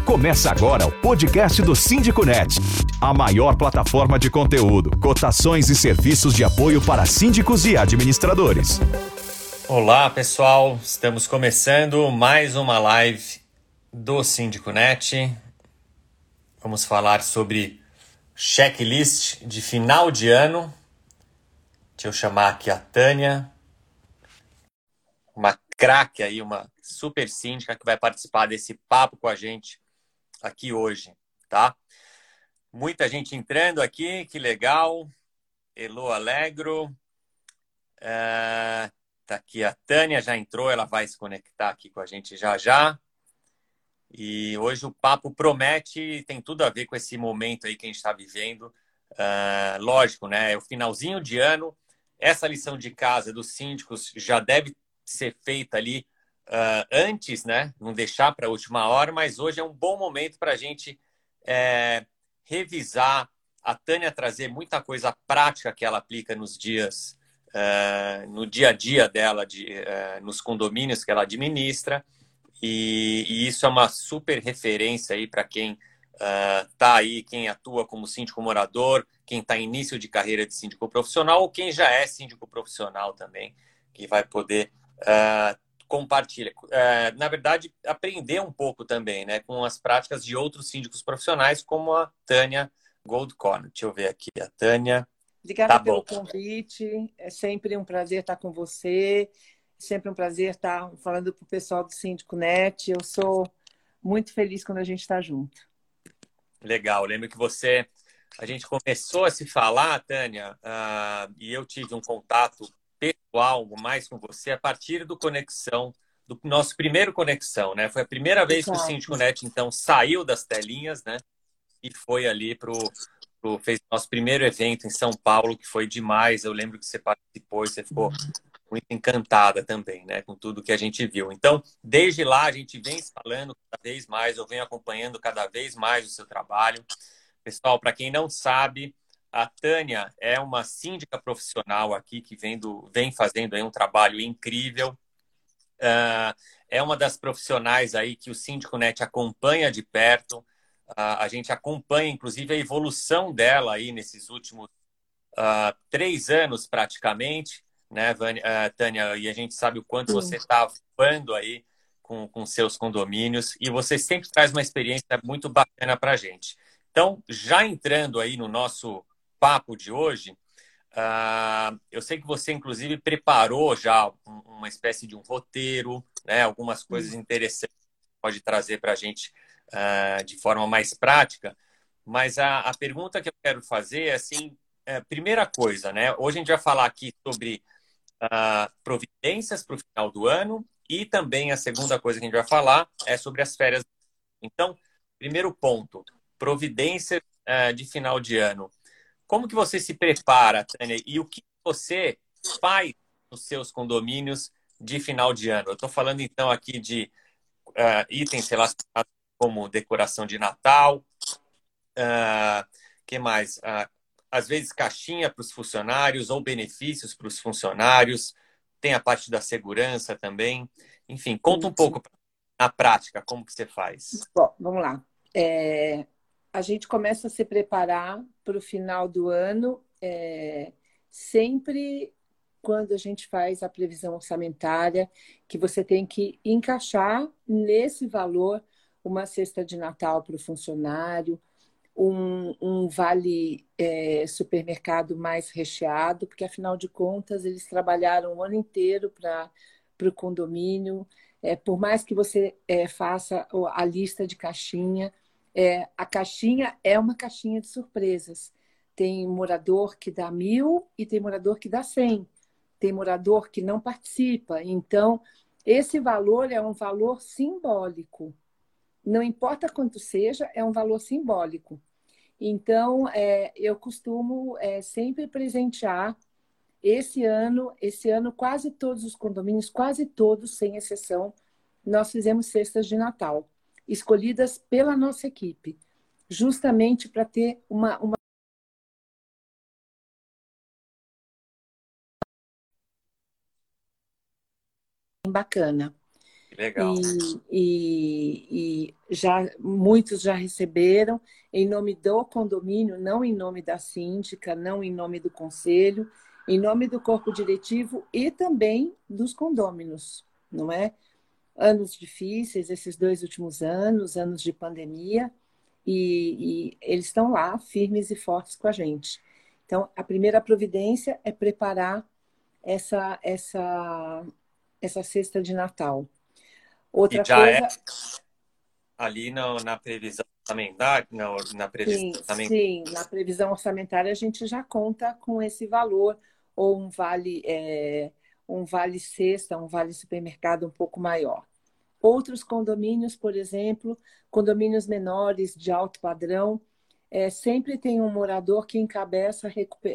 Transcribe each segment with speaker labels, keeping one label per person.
Speaker 1: Começa agora o podcast do Síndico Net, a maior plataforma de conteúdo, cotações e serviços de apoio para síndicos e administradores.
Speaker 2: Olá, pessoal. Estamos começando mais uma live do Síndico Net. Vamos falar sobre checklist de final de ano. Deixa eu chamar aqui a Tânia, uma craque aí, uma super síndica que vai participar desse papo com a gente aqui hoje, tá? Muita gente entrando aqui, que legal. Elô Alegro. Tá aqui a Tânia, já entrou, ela vai se conectar aqui com a gente já já. E hoje o papo promete, tem tudo a ver com esse momento aí que a gente está vivendo. Lógico, né? É o finalzinho de ano. Essa lição de casa dos síndicos já deve ser feita ali antes, né? Não deixar para a última hora, mas hoje é um bom momento para a gente revisar, a Tânia trazer muita coisa prática que ela aplica nos dias, no dia a dia dela, nos condomínios que ela administra, e isso é uma super referência aí para quem está aí, quem atua como síndico morador, quem está em início de carreira de síndico profissional ou quem já é síndico profissional também, que vai poder compartilhar, na verdade, aprender um pouco também, né, com as práticas de outros síndicos profissionais, como a Tânia Goldkorn. Deixa eu ver aqui, a Tânia.
Speaker 3: Obrigada pelo convite. É sempre um prazer estar com você. É sempre um prazer estar falando para o pessoal do Síndico Net. Eu sou muito feliz quando a gente está junto.
Speaker 2: Legal. Lembro que a gente começou a se falar, Tânia, e eu tive um contato pessoal mais com você a partir do nosso primeiro Conexão, né? Foi a primeira vez que o Síndico Net, então, saiu das telinhas, né? E foi ali fez nosso primeiro evento em São Paulo, que foi demais. Eu lembro que você participou e você ficou muito encantada também, né? Com tudo que a gente viu. Então, desde lá, a gente vem se falando cada vez mais, eu venho acompanhando cada vez mais o seu trabalho. Pessoal, para quem não sabe, a Tânia é uma síndica profissional aqui que vem fazendo aí um trabalho incrível. É uma das profissionais aí que o Síndico Net acompanha de perto. A gente acompanha, inclusive, a evolução dela aí nesses últimos 3 anos, praticamente, né, Tânia? E a gente sabe o quanto você está voando aí com seus condomínios e você sempre traz uma experiência muito bacana para a gente. Então, já entrando aí no nosso papo de hoje, eu sei que você, inclusive, preparou já uma espécie de um roteiro, né, algumas coisas interessantes que pode trazer para a gente de forma mais prática, mas a pergunta que eu quero fazer é assim, primeira coisa, né? Hoje a gente vai falar aqui sobre providências para o final do ano e também a segunda coisa que a gente vai falar é sobre as férias. Então, primeiro ponto, providências de final de ano. Como que você se prepara, Tânia, e o que você faz nos seus condomínios de final de ano? Eu estou falando então aqui de itens relacionados como decoração de Natal, que mais? Às vezes caixinha para os funcionários ou benefícios para os funcionários. Tem a parte da segurança também. Enfim, conta um pouco na prática como que você faz.
Speaker 3: Bom, vamos lá. A gente começa a se preparar para o final do ano sempre quando a gente faz a previsão orçamentária, que você tem que encaixar nesse valor uma cesta de Natal para o funcionário, um vale supermercado mais recheado, porque, afinal de contas, eles trabalharam o ano inteiro para o condomínio. Por mais que você faça a lista de caixinha, a caixinha é uma caixinha de surpresas. Tem morador que dá 1.000 e tem morador que dá 100. Tem morador que não participa. Então, esse valor é um valor simbólico. Não importa quanto seja, é um valor simbólico. Então, eu costumo sempre presentear. Esse ano, quase todos os condomínios, quase todos, sem exceção, nós fizemos cestas de Natal, escolhidas pela nossa equipe, justamente para ter uma bacana.
Speaker 2: Legal.
Speaker 3: E muitos já receberam em nome do condomínio, não em nome da síndica, não em nome do conselho, em nome do corpo diretivo e também dos condôminos, não é? Anos difíceis, esses 2 últimos anos, anos de pandemia, e eles estão lá, firmes e fortes com a gente. Então, a primeira providência é preparar essa cesta de Natal.
Speaker 2: E
Speaker 3: Outra
Speaker 2: já é
Speaker 3: coisa,
Speaker 2: ali na previsão orçamentária, na previsão
Speaker 3: sim,
Speaker 2: orçamentária.
Speaker 3: sim, na previsão orçamentária a gente já conta com esse valor, ou um vale cesta, um vale supermercado um pouco maior. Outros condomínios, por exemplo, condomínios menores de alto padrão, sempre tem um morador que encabeça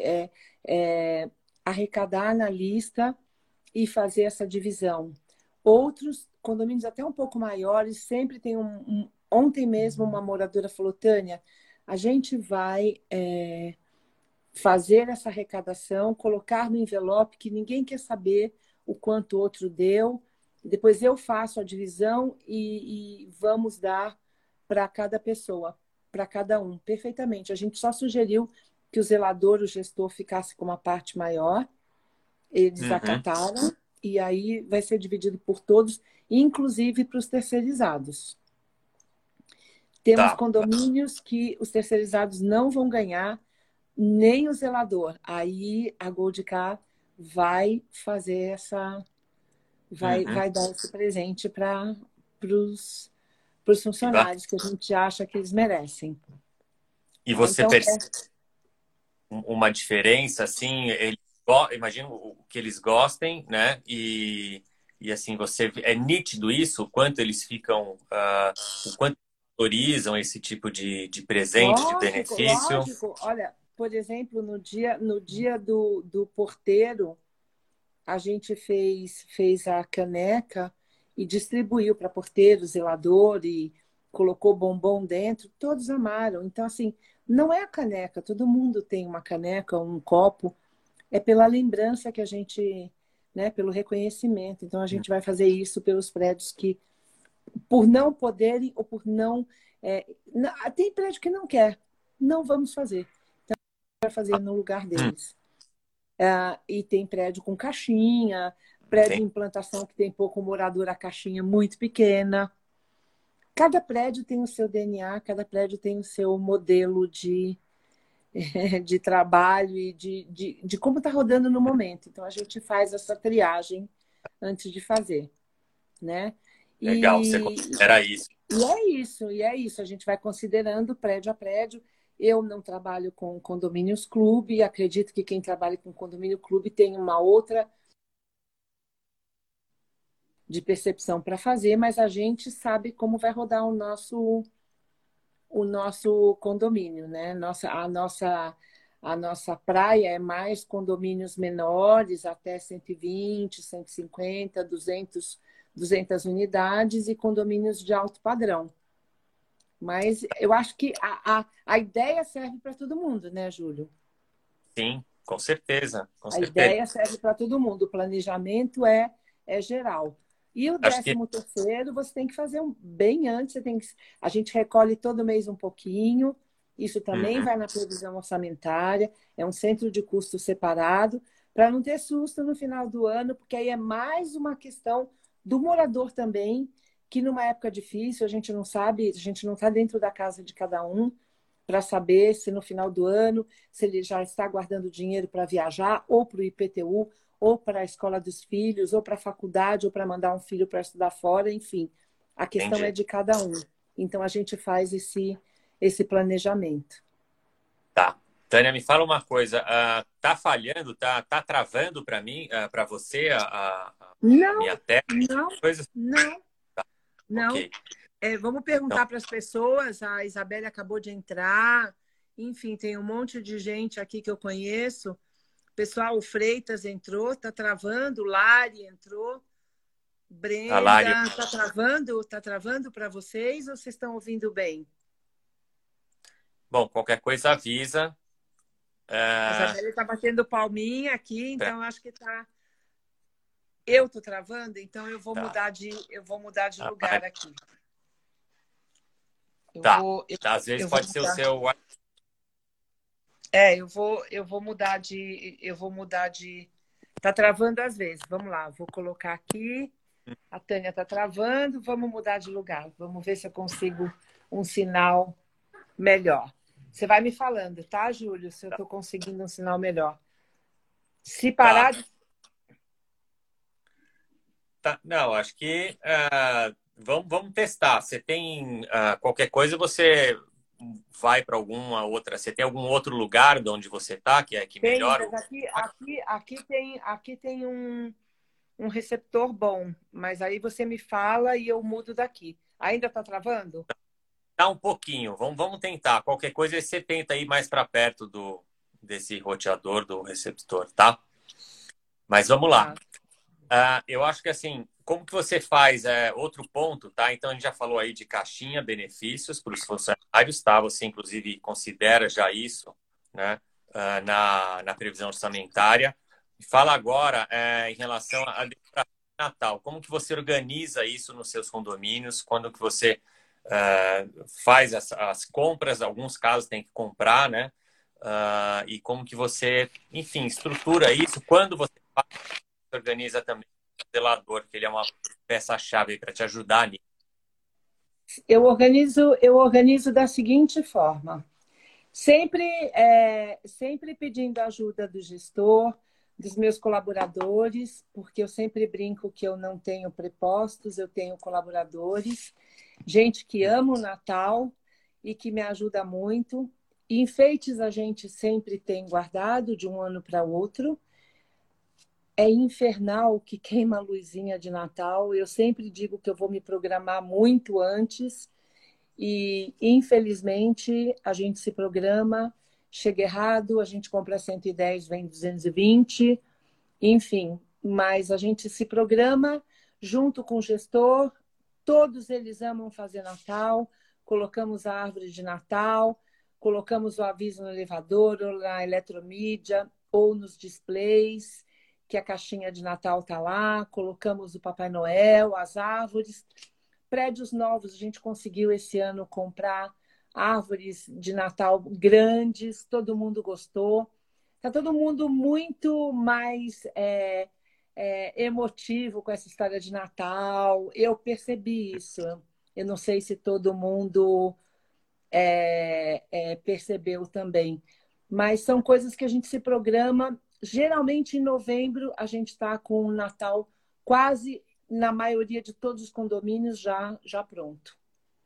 Speaker 3: arrecadar na lista e fazer essa divisão. Outros condomínios até um pouco maiores, sempre tem Ontem mesmo uma moradora falou, Tânia, a gente vai fazer essa arrecadação, colocar no envelope que ninguém quer saber o quanto o outro deu, depois eu faço a divisão e vamos dar para cada pessoa, para cada um, perfeitamente. A gente só sugeriu que o zelador, o gestor, ficasse com uma parte maior, eles
Speaker 2: Uhum.
Speaker 3: acataram, e aí vai ser dividido por todos, inclusive para os terceirizados. Temos
Speaker 2: Tá.
Speaker 3: condomínios que os terceirizados não vão ganhar nem o zelador. Aí a Goldcar vai fazer
Speaker 2: Uhum.
Speaker 3: vai dar esse presente para os
Speaker 2: E, ba-
Speaker 3: funcionários que a gente acha que eles merecem.
Speaker 2: e
Speaker 3: Tá?
Speaker 2: você
Speaker 3: Então,
Speaker 2: percebe uma diferença, assim, imagino que eles gostem, né? E assim, é nítido isso, o quanto eles ficam, o quanto autorizam esse tipo de presente, de
Speaker 3: lógico,
Speaker 2: benefício.
Speaker 3: lógico. Olha, por exemplo, no dia do porteiro, a gente fez a caneca e distribuiu para porteiro, zelador e colocou bombom dentro. Todos amaram. Então, assim, não é a caneca. Todo mundo tem uma caneca, um copo. É pela lembrança que a gente, né, pelo reconhecimento. Então, a gente vai fazer isso pelos prédios que, por não poderem ou por não. Tem prédio que não quer. Não vamos fazer. Vai fazer no lugar
Speaker 2: Hum,
Speaker 3: deles. E tem prédio com caixinha, prédio
Speaker 2: entendi.
Speaker 3: de implantação que tem pouco morador, a caixinha muito pequena. Cada prédio tem o seu DNA, cada prédio tem o seu modelo de trabalho e de como está rodando no momento. Então, a gente faz essa triagem antes de fazer, né?
Speaker 2: Legal, você
Speaker 3: E,
Speaker 2: considera isso.
Speaker 3: e é isso. A gente vai considerando prédio a prédio. Eu não trabalho com condomínios clube, acredito que quem trabalha com condomínio clube tem uma outra de percepção para fazer, mas a gente sabe como vai rodar o nosso condomínio, né? A nossa praia é mais condomínios menores, até 120, 150, 200 unidades e condomínios de alto padrão. Mas eu acho que a ideia serve para todo mundo, né, Júlio?
Speaker 2: Sim, com certeza, com
Speaker 3: A
Speaker 2: certeza.
Speaker 3: ideia serve para todo mundo. O planejamento é geral. E o
Speaker 2: Acho que
Speaker 3: 13º, você tem que fazer bem antes. A gente recolhe todo mês um pouquinho. Isso também
Speaker 2: uhum,
Speaker 3: vai na previsão orçamentária. É um centro de custo separado, para não ter susto no final do ano, porque aí é mais uma questão do morador também, que numa época difícil, a gente não sabe, a gente não está dentro da casa de cada um para saber se no final do ano, se ele já está guardando dinheiro para viajar, ou para o IPTU, ou para a escola dos filhos, ou para a faculdade, ou para mandar um filho para estudar fora, enfim. A questão é
Speaker 2: entendi.
Speaker 3: de cada um. Então, a gente faz esse planejamento.
Speaker 2: Tá. Tânia, me fala uma coisa. Tá falhando, tá travando para mim, para você a
Speaker 3: Não,
Speaker 2: minha tela?
Speaker 3: não,
Speaker 2: Coisa?
Speaker 3: não, não.
Speaker 2: Ok.
Speaker 3: Vamos
Speaker 2: Então,
Speaker 3: perguntar para as pessoas. A Isabelle acabou de entrar. Enfim, tem um monte de gente aqui que eu conheço. Pessoal, o Freitas entrou, tá travando, o Lari entrou,
Speaker 2: a Lari,
Speaker 3: Brenda, tá travando para vocês ou vocês estão ouvindo bem?
Speaker 2: bom, qualquer coisa avisa.
Speaker 3: A
Speaker 2: É,
Speaker 3: Isabelle está batendo palminha aqui,
Speaker 2: pra-
Speaker 3: então acho que tá. Eu tô travando, então
Speaker 2: Tá.
Speaker 3: eu vou mudar de
Speaker 2: Ah,
Speaker 3: lugar aqui.
Speaker 2: tá. Às vezes
Speaker 3: Eu vou
Speaker 2: pode ser o
Speaker 3: mudar.
Speaker 2: seu.
Speaker 3: Eu vou mudar de. Tá travando às vezes. Vamos lá, vou colocar aqui. A Tânia tá travando, vamos mudar de lugar. Vamos ver se eu consigo um sinal melhor. Você vai me falando, tá, Júlio? Se eu estou conseguindo um sinal melhor. Se
Speaker 2: Tá.
Speaker 3: parar de.
Speaker 2: Tá. Não, acho que vamos testar. Você tem qualquer coisa, você vai para alguma outra. Você tem algum outro lugar de onde você está que
Speaker 3: Tem,
Speaker 2: melhora
Speaker 3: mas aqui tem um receptor bom, mas aí você me fala e eu mudo daqui. Ainda está travando?
Speaker 2: Tá um pouquinho. Vamos tentar. Qualquer coisa você tenta ir mais para perto desse roteador do receptor, tá? Mas vamos lá.
Speaker 3: Tá.
Speaker 2: Eu acho que assim, como que você faz outro ponto, tá? Então a gente já falou aí de caixinha, benefícios para os funcionários, tá? Você inclusive considera já isso, né? Na previsão orçamentária. Fala agora em relação à decoração de Natal. Como que você organiza isso nos seus condomínios? Quando que você faz as compras? Alguns casos tem que comprar, né? E como que você, enfim, estrutura isso? Quando você organiza também o zelador, que ele é uma peça-chave para te ajudar nisso.
Speaker 3: Eu organizo da seguinte forma. Sempre pedindo ajuda do gestor, dos meus colaboradores, porque eu sempre brinco que eu não tenho prepostos, eu tenho colaboradores, gente que ama o Natal e que me ajuda muito. Enfeites a gente sempre tem guardado de um ano para outro. É infernal que queima a luzinha de Natal. Eu sempre digo que eu vou me programar muito antes e, infelizmente, a gente se programa, chega errado, a gente compra 110, vem 220, enfim. Mas a gente se programa junto com o gestor, todos eles amam fazer Natal, colocamos a árvore de Natal, colocamos o aviso no elevador, ou na eletromídia, ou nos displays, que a caixinha de Natal está lá, colocamos o Papai Noel, as árvores. Prédios novos, a gente conseguiu esse ano comprar árvores de Natal grandes, todo mundo gostou. Está todo mundo muito mais emotivo com essa história de Natal. Eu percebi isso. Eu não sei se todo mundo percebeu também. Mas são coisas que a gente se programa. Geralmente, em novembro, a gente está com o Natal quase, na maioria de todos os condomínios, já pronto.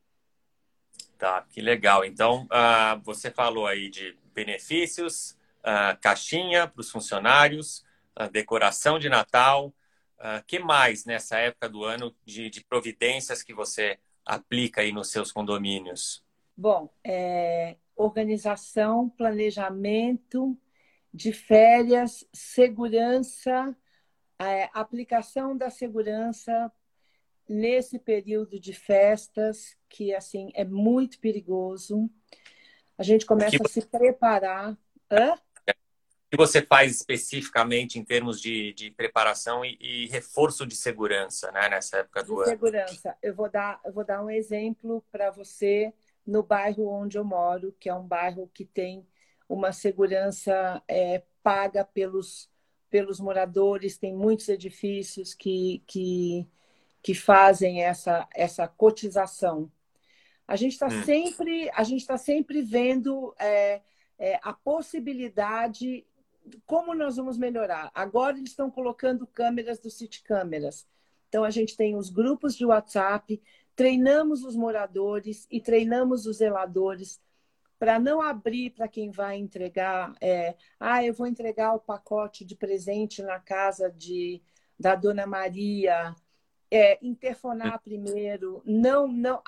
Speaker 2: Tá, que legal. Então, você falou aí de benefícios, caixinha para os funcionários, decoração de Natal. Que mais nessa época do ano de providências que você aplica aí nos seus condomínios?
Speaker 3: Bom, organização, planejamento de férias, segurança, aplicação da segurança nesse período de festas, que assim é muito perigoso. A gente
Speaker 2: O que
Speaker 3: começa a se preparar. Hã?
Speaker 2: você faz especificamente em termos de preparação e reforço de segurança, né, nessa época
Speaker 3: De
Speaker 2: do ano?
Speaker 3: segurança. Eu vou dar um exemplo para você no bairro onde eu moro, que é um bairro que tem uma segurança paga pelos moradores, tem muitos edifícios que fazem essa cotização.
Speaker 2: Hum,
Speaker 3: A gente está sempre vendo a possibilidade, como nós vamos melhorar. Agora eles estão colocando câmeras do City Câmeras. Então a gente tem os grupos de WhatsApp, treinamos os moradores e treinamos os zeladores para não abrir para quem vai entregar. Eu vou entregar o pacote de presente na casa da Dona Maria,
Speaker 2: hum.
Speaker 3: interfonar primeiro. Não, não.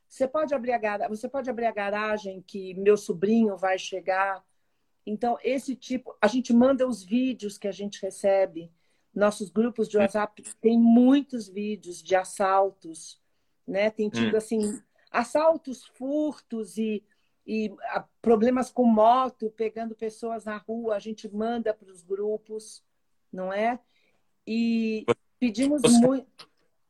Speaker 3: Você pode abrir a garagem que meu sobrinho vai chegar. Então, esse tipo, a gente manda os vídeos que a gente recebe. Nossos grupos de WhatsApp têm muitos vídeos de assaltos, né? Tem tido
Speaker 2: Hum.
Speaker 3: assim assaltos, furtos e problemas com moto, pegando pessoas na rua. A gente manda para os grupos, não é? E Pedimos muito.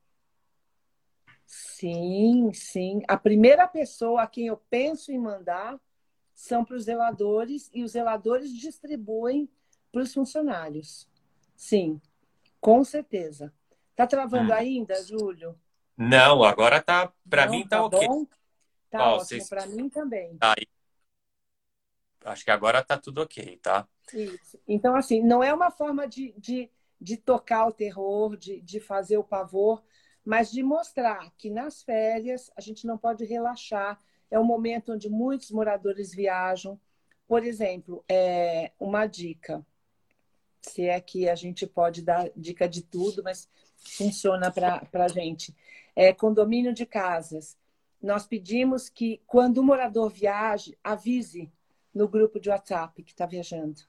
Speaker 3: Sim, sim. A primeira pessoa a quem eu penso em mandar são para os zeladores e os zeladores distribuem para os funcionários. Sim, com certeza. Tá travando
Speaker 2: Hum.
Speaker 3: ainda, Júlio?
Speaker 2: Não, agora tá, para
Speaker 3: Não,
Speaker 2: mim tá
Speaker 3: tá
Speaker 2: ok.
Speaker 3: bom? Tá
Speaker 2: Ó,
Speaker 3: ótimo
Speaker 2: vocês,
Speaker 3: para mim também.
Speaker 2: tá aí. Acho que agora tá tudo ok, tá?
Speaker 3: Isso. Então, assim, não é uma forma de tocar o terror, de fazer o pavor, mas de mostrar que nas férias a gente não pode relaxar. É um momento onde muitos moradores viajam. Por exemplo, uma dica, se é que a gente pode dar dica de tudo, mas funciona para a gente. Condomínio de casas. Nós pedimos que, quando o morador viaje, avise no grupo de WhatsApp que está viajando.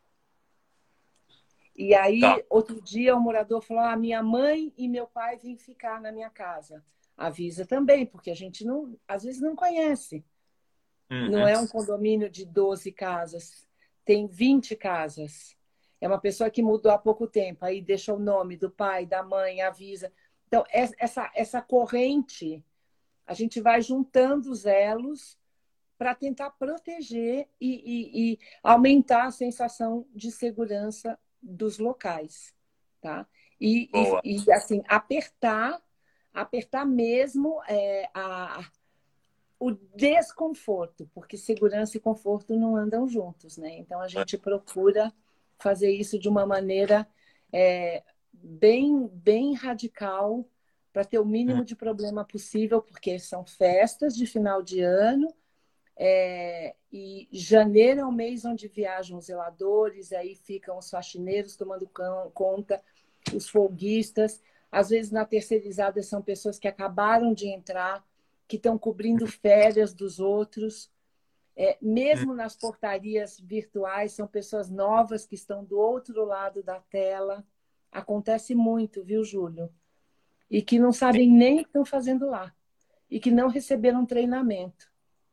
Speaker 3: E
Speaker 2: Tá.
Speaker 3: aí, outro dia, o morador falou: minha mãe e meu pai vêm ficar na minha casa. Avisa também, porque a gente não, às vezes não conhece. Não
Speaker 2: Uhum.
Speaker 3: é um condomínio de 12 casas, tem 20 casas. É uma pessoa que mudou há pouco tempo, aí deixa o nome do pai, da mãe, avisa. Então, essa corrente, a gente vai juntando os elos para tentar proteger e aumentar a sensação de segurança dos locais, tá?
Speaker 2: Boa.
Speaker 3: Assim, apertar mesmo o desconforto, porque segurança e conforto não andam juntos, né? Então a gente procura fazer isso de uma maneira bem radical para ter o
Speaker 2: Hum.
Speaker 3: mínimo de problema possível, porque são festas de final de ano. E janeiro é o mês onde viajam os zeladores, aí ficam os faxineiros tomando conta, os folguistas. Às vezes, na terceirizada, são pessoas que acabaram de entrar, que estão cobrindo férias dos outros.
Speaker 2: Hum.
Speaker 3: Mesmo nas portarias virtuais, são pessoas novas que estão do outro lado da tela. Acontece muito, viu, Júlio? E que não sabem nem o que estão fazendo lá. E que não receberam treinamento.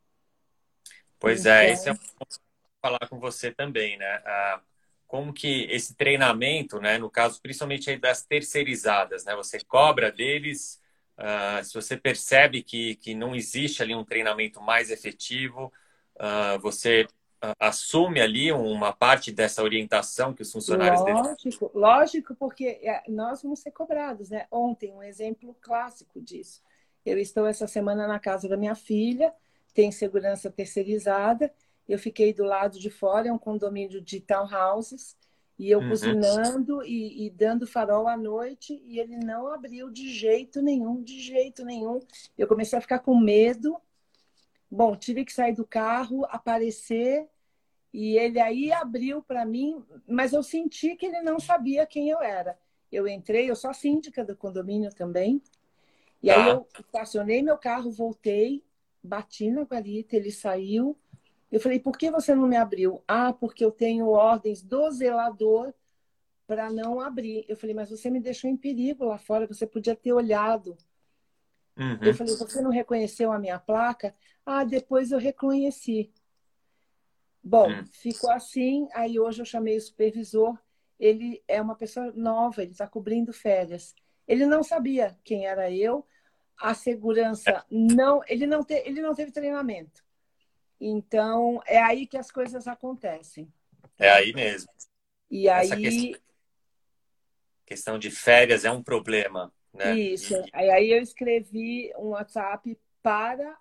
Speaker 2: Pois é, esse é um
Speaker 3: Então,
Speaker 2: ponto para falar com você também, né? Como que esse treinamento, né, no caso principalmente aí das terceirizadas, né, você cobra deles, se você percebe que não existe ali um treinamento mais efetivo, você assume ali uma parte dessa orientação que os funcionários devem.
Speaker 3: lógico, lógico, porque nós vamos ser cobrados, né? Ontem, um exemplo clássico disso. Eu estou essa semana na casa da minha filha, tem segurança terceirizada, eu fiquei do lado de fora, é um condomínio de townhouses, e eu
Speaker 2: Uhum.
Speaker 3: buzinando e dando farol à noite, e ele não abriu de jeito nenhum, de jeito nenhum. Eu comecei a ficar com medo. Bom, tive que sair do carro, aparecer. E ele aí abriu para mim, mas eu senti que ele não sabia quem eu era. Eu entrei, eu sou a síndica do condomínio também. E aí
Speaker 2: Tá.
Speaker 3: eu estacionei meu carro, voltei, bati na guarita, ele saiu. Eu falei: por que você não me abriu? Ah, porque eu tenho ordens do zelador para não abrir. Eu falei: mas você me deixou em perigo lá fora, você podia ter olhado. Eu
Speaker 2: Uhum.
Speaker 3: falei: você não reconheceu a minha placa? Ah, depois eu reconheci. Bom,
Speaker 2: Hum.
Speaker 3: ficou assim. Aí hoje eu chamei o supervisor. Ele é uma pessoa nova, ele está cobrindo férias. Ele não sabia quem era eu. A segurança não, ele não teve treinamento. Então é aí que as coisas acontecem,
Speaker 2: É
Speaker 3: tá?
Speaker 2: aí mesmo.
Speaker 3: E
Speaker 2: Essa
Speaker 3: aí
Speaker 2: questão de férias é um problema, né?
Speaker 3: isso. Aí eu escrevi um WhatsApp para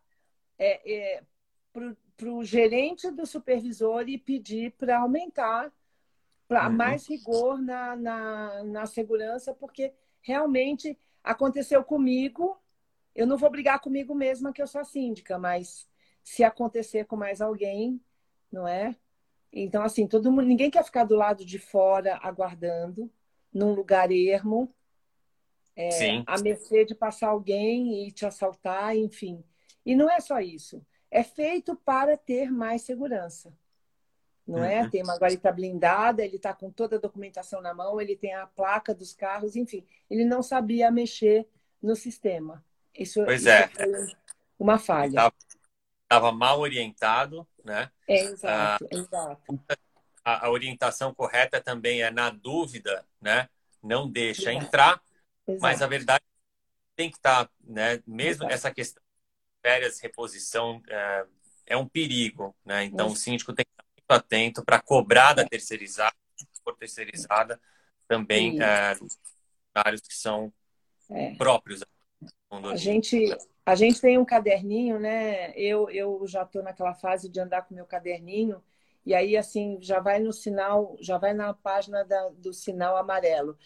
Speaker 3: o gerente do supervisor e pedir para aumentar para
Speaker 2: Uhum.
Speaker 3: mais rigor na segurança, porque realmente aconteceu comigo. Eu não vou brigar comigo mesma, que eu sou a síndica, mas se acontecer com mais alguém, não é? Então, assim, todo mundo, ninguém quer ficar do lado de fora aguardando, num lugar ermo,
Speaker 2: Sim.
Speaker 3: à mercê de passar alguém e te assaltar, enfim. E não é só isso. É feito para ter mais segurança. Não é?
Speaker 2: Uhum.
Speaker 3: Tem uma guarita blindada, ele está com toda a documentação na mão, ele tem a placa dos carros, enfim, ele não sabia mexer no sistema.
Speaker 2: Pois
Speaker 3: Isso
Speaker 2: é,
Speaker 3: foi uma
Speaker 2: ele
Speaker 3: falha.
Speaker 2: estava mal orientado, né? Ah,
Speaker 3: Exato, exato.
Speaker 2: a orientação correta também é, na dúvida, né? Não deixa
Speaker 3: Exato.
Speaker 2: entrar. Mas a
Speaker 3: Exato.
Speaker 2: verdade tem que estar, né? Mesmo essa questão de férias, reposição, é um perigo, né? Então, o síndico tem que estar muito atento para cobrar da terceirizada, se for terceirizada, também
Speaker 3: E,
Speaker 2: funcionários que são
Speaker 3: é,
Speaker 2: próprios do
Speaker 3: a
Speaker 2: condomínio.
Speaker 3: gente, a gente tem um caderninho, né? Eu já estou naquela fase de andar com meu caderninho, e aí, assim, já vai no sinal, já vai na página do sinal amarelo.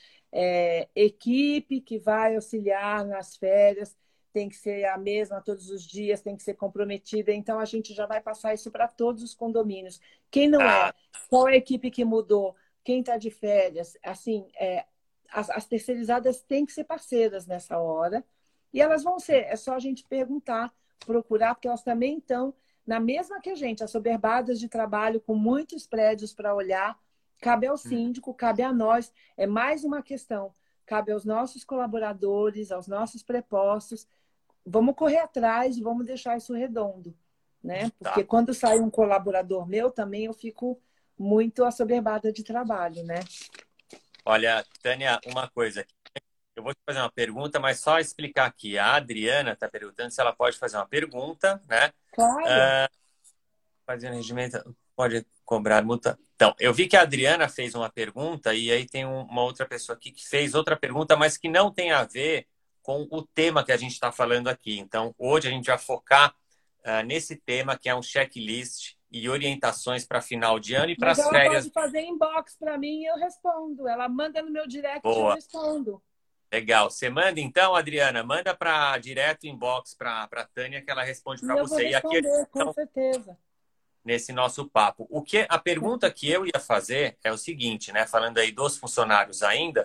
Speaker 3: Equipe que vai auxiliar nas férias tem que ser a mesma todos os dias, tem que ser comprometida. Então, a gente já vai passar isso para todos os condomínios. Quem não
Speaker 2: Ah,
Speaker 3: é? Qual é a equipe que mudou? Quem está de férias? Assim, as terceirizadas têm que ser parceiras nessa hora. E elas vão ser, é só a gente perguntar, procurar, porque elas também estão na mesma que a gente, assoberbadas de trabalho, com muitos prédios para olhar. Cabe ao síndico, cabe a nós. É mais uma questão. Cabe aos nossos colaboradores, aos nossos prepostos. Vamos correr atrás e vamos deixar isso redondo, né? Porque
Speaker 2: tá.
Speaker 3: quando sai um colaborador meu, também eu fico muito assoberbada de trabalho, né?
Speaker 2: Olha, Tânia, uma coisa. Eu vou te fazer uma pergunta, mas só explicar aqui. A Adriana está perguntando se ela pode fazer uma pergunta, né?
Speaker 3: Claro.
Speaker 2: Fazendo regimento, pode cobrar multa? Então, eu vi que a Adriana fez uma pergunta e aí tem uma outra pessoa aqui que fez outra pergunta, mas que não tem a ver com o tema que a gente está falando aqui. Então, hoje a gente vai focar nesse tema que é um checklist e orientações para final de ano e para
Speaker 3: Mas
Speaker 2: as
Speaker 3: ela
Speaker 2: férias.
Speaker 3: pode fazer inbox para mim e eu respondo. Ela manda no meu direct e eu
Speaker 2: Boa,
Speaker 3: respondo.
Speaker 2: legal. Você manda então, Adriana, manda para direto inbox para a Tânia que ela responde
Speaker 3: E
Speaker 2: para
Speaker 3: eu vou
Speaker 2: você. E aqui
Speaker 3: responder, com
Speaker 2: então,
Speaker 3: certeza.
Speaker 2: nesse nosso papo. A pergunta que eu ia fazer é o seguinte, né? Falando aí dos funcionários ainda,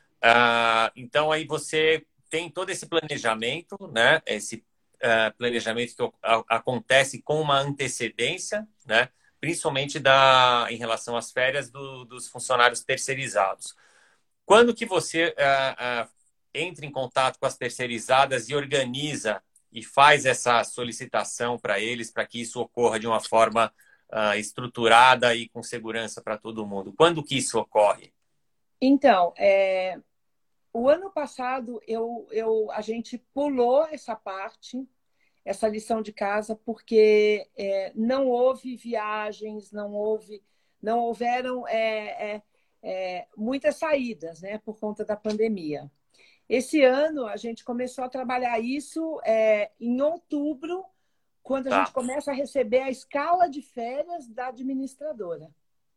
Speaker 2: então aí você tem todo esse planejamento, né? Esse planejamento que acontece com uma antecedência, né? Principalmente em relação às férias dos funcionários terceirizados. Quando que você entra em contato com as terceirizadas e organiza e faz essa solicitação para eles, para que isso ocorra de uma forma estruturada e com segurança para todo mundo? Quando que isso ocorre?
Speaker 3: Então, o ano passado a gente pulou essa parte, essa lição de casa, porque não houve viagens, não houveram muitas saídas, né, por conta da pandemia. Esse ano a gente começou a trabalhar isso em outubro, quando a gente
Speaker 2: Tá.
Speaker 3: começa a receber a escala de férias da administradora.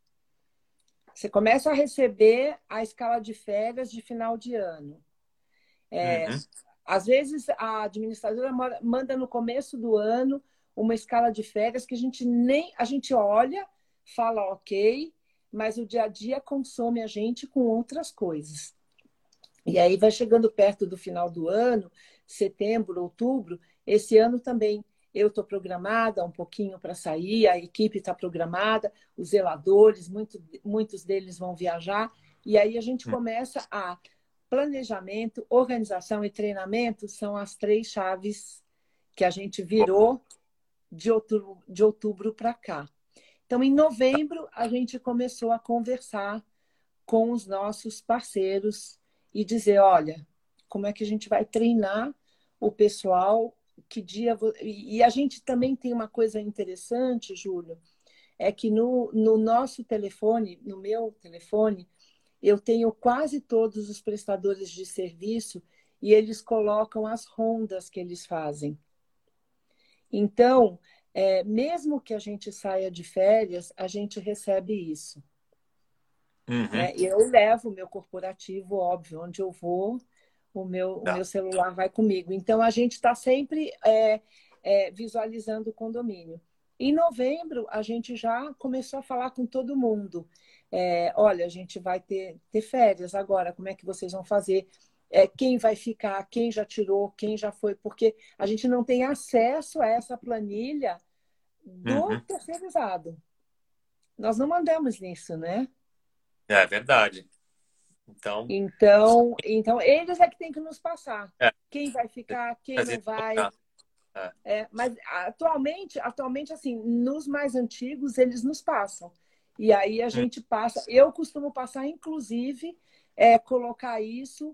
Speaker 3: Você começa a receber a escala de férias de final de ano.
Speaker 2: Uhum.
Speaker 3: Às vezes a administradora manda no começo do ano uma escala de férias que a gente olha, fala ok, mas o dia a dia consome a gente com outras coisas. E aí vai chegando perto do final do ano, setembro, outubro, esse ano também eu estou programada um pouquinho para sair, a equipe está programada, os zeladores, muitos deles vão viajar, e aí a gente começa a planejamento, organização e treinamento são as três chaves que a gente virou de outubro para cá. Então, em novembro, a gente começou a conversar com os nossos parceiros e dizer, olha, como é que a gente vai treinar o pessoal, que dia... E a gente também tem uma coisa interessante, Júlio, é que no nosso telefone, no meu telefone, eu tenho quase todos os prestadores de serviço e eles colocam as rondas que eles fazem. Então, mesmo que a gente saia de férias, a gente recebe isso.
Speaker 2: Uhum.
Speaker 3: Né? E eu levo o meu corporativo, óbvio, onde eu vou, o
Speaker 2: Tá.
Speaker 3: meu celular vai comigo. Então, a gente está sempre visualizando o condomínio. Em novembro, a gente já começou a falar com todo mundo. Olha, a gente vai ter férias agora, como é que vocês vão fazer? Quem vai ficar, quem já tirou, quem já foi, porque a gente não tem acesso a essa planilha do
Speaker 2: Uhum.
Speaker 3: terceirizado. Nós não mandamos nisso, né?
Speaker 2: É verdade. Então,
Speaker 3: Então eles é que têm que nos passar.
Speaker 2: é,
Speaker 3: Quem vai ficar, quem
Speaker 2: fazer
Speaker 3: não vai.
Speaker 2: colocar. É.
Speaker 3: Mas atualmente, assim, nos mais antigos, eles nos passam. E aí a gente passa. Eu costumo passar, inclusive, colocar isso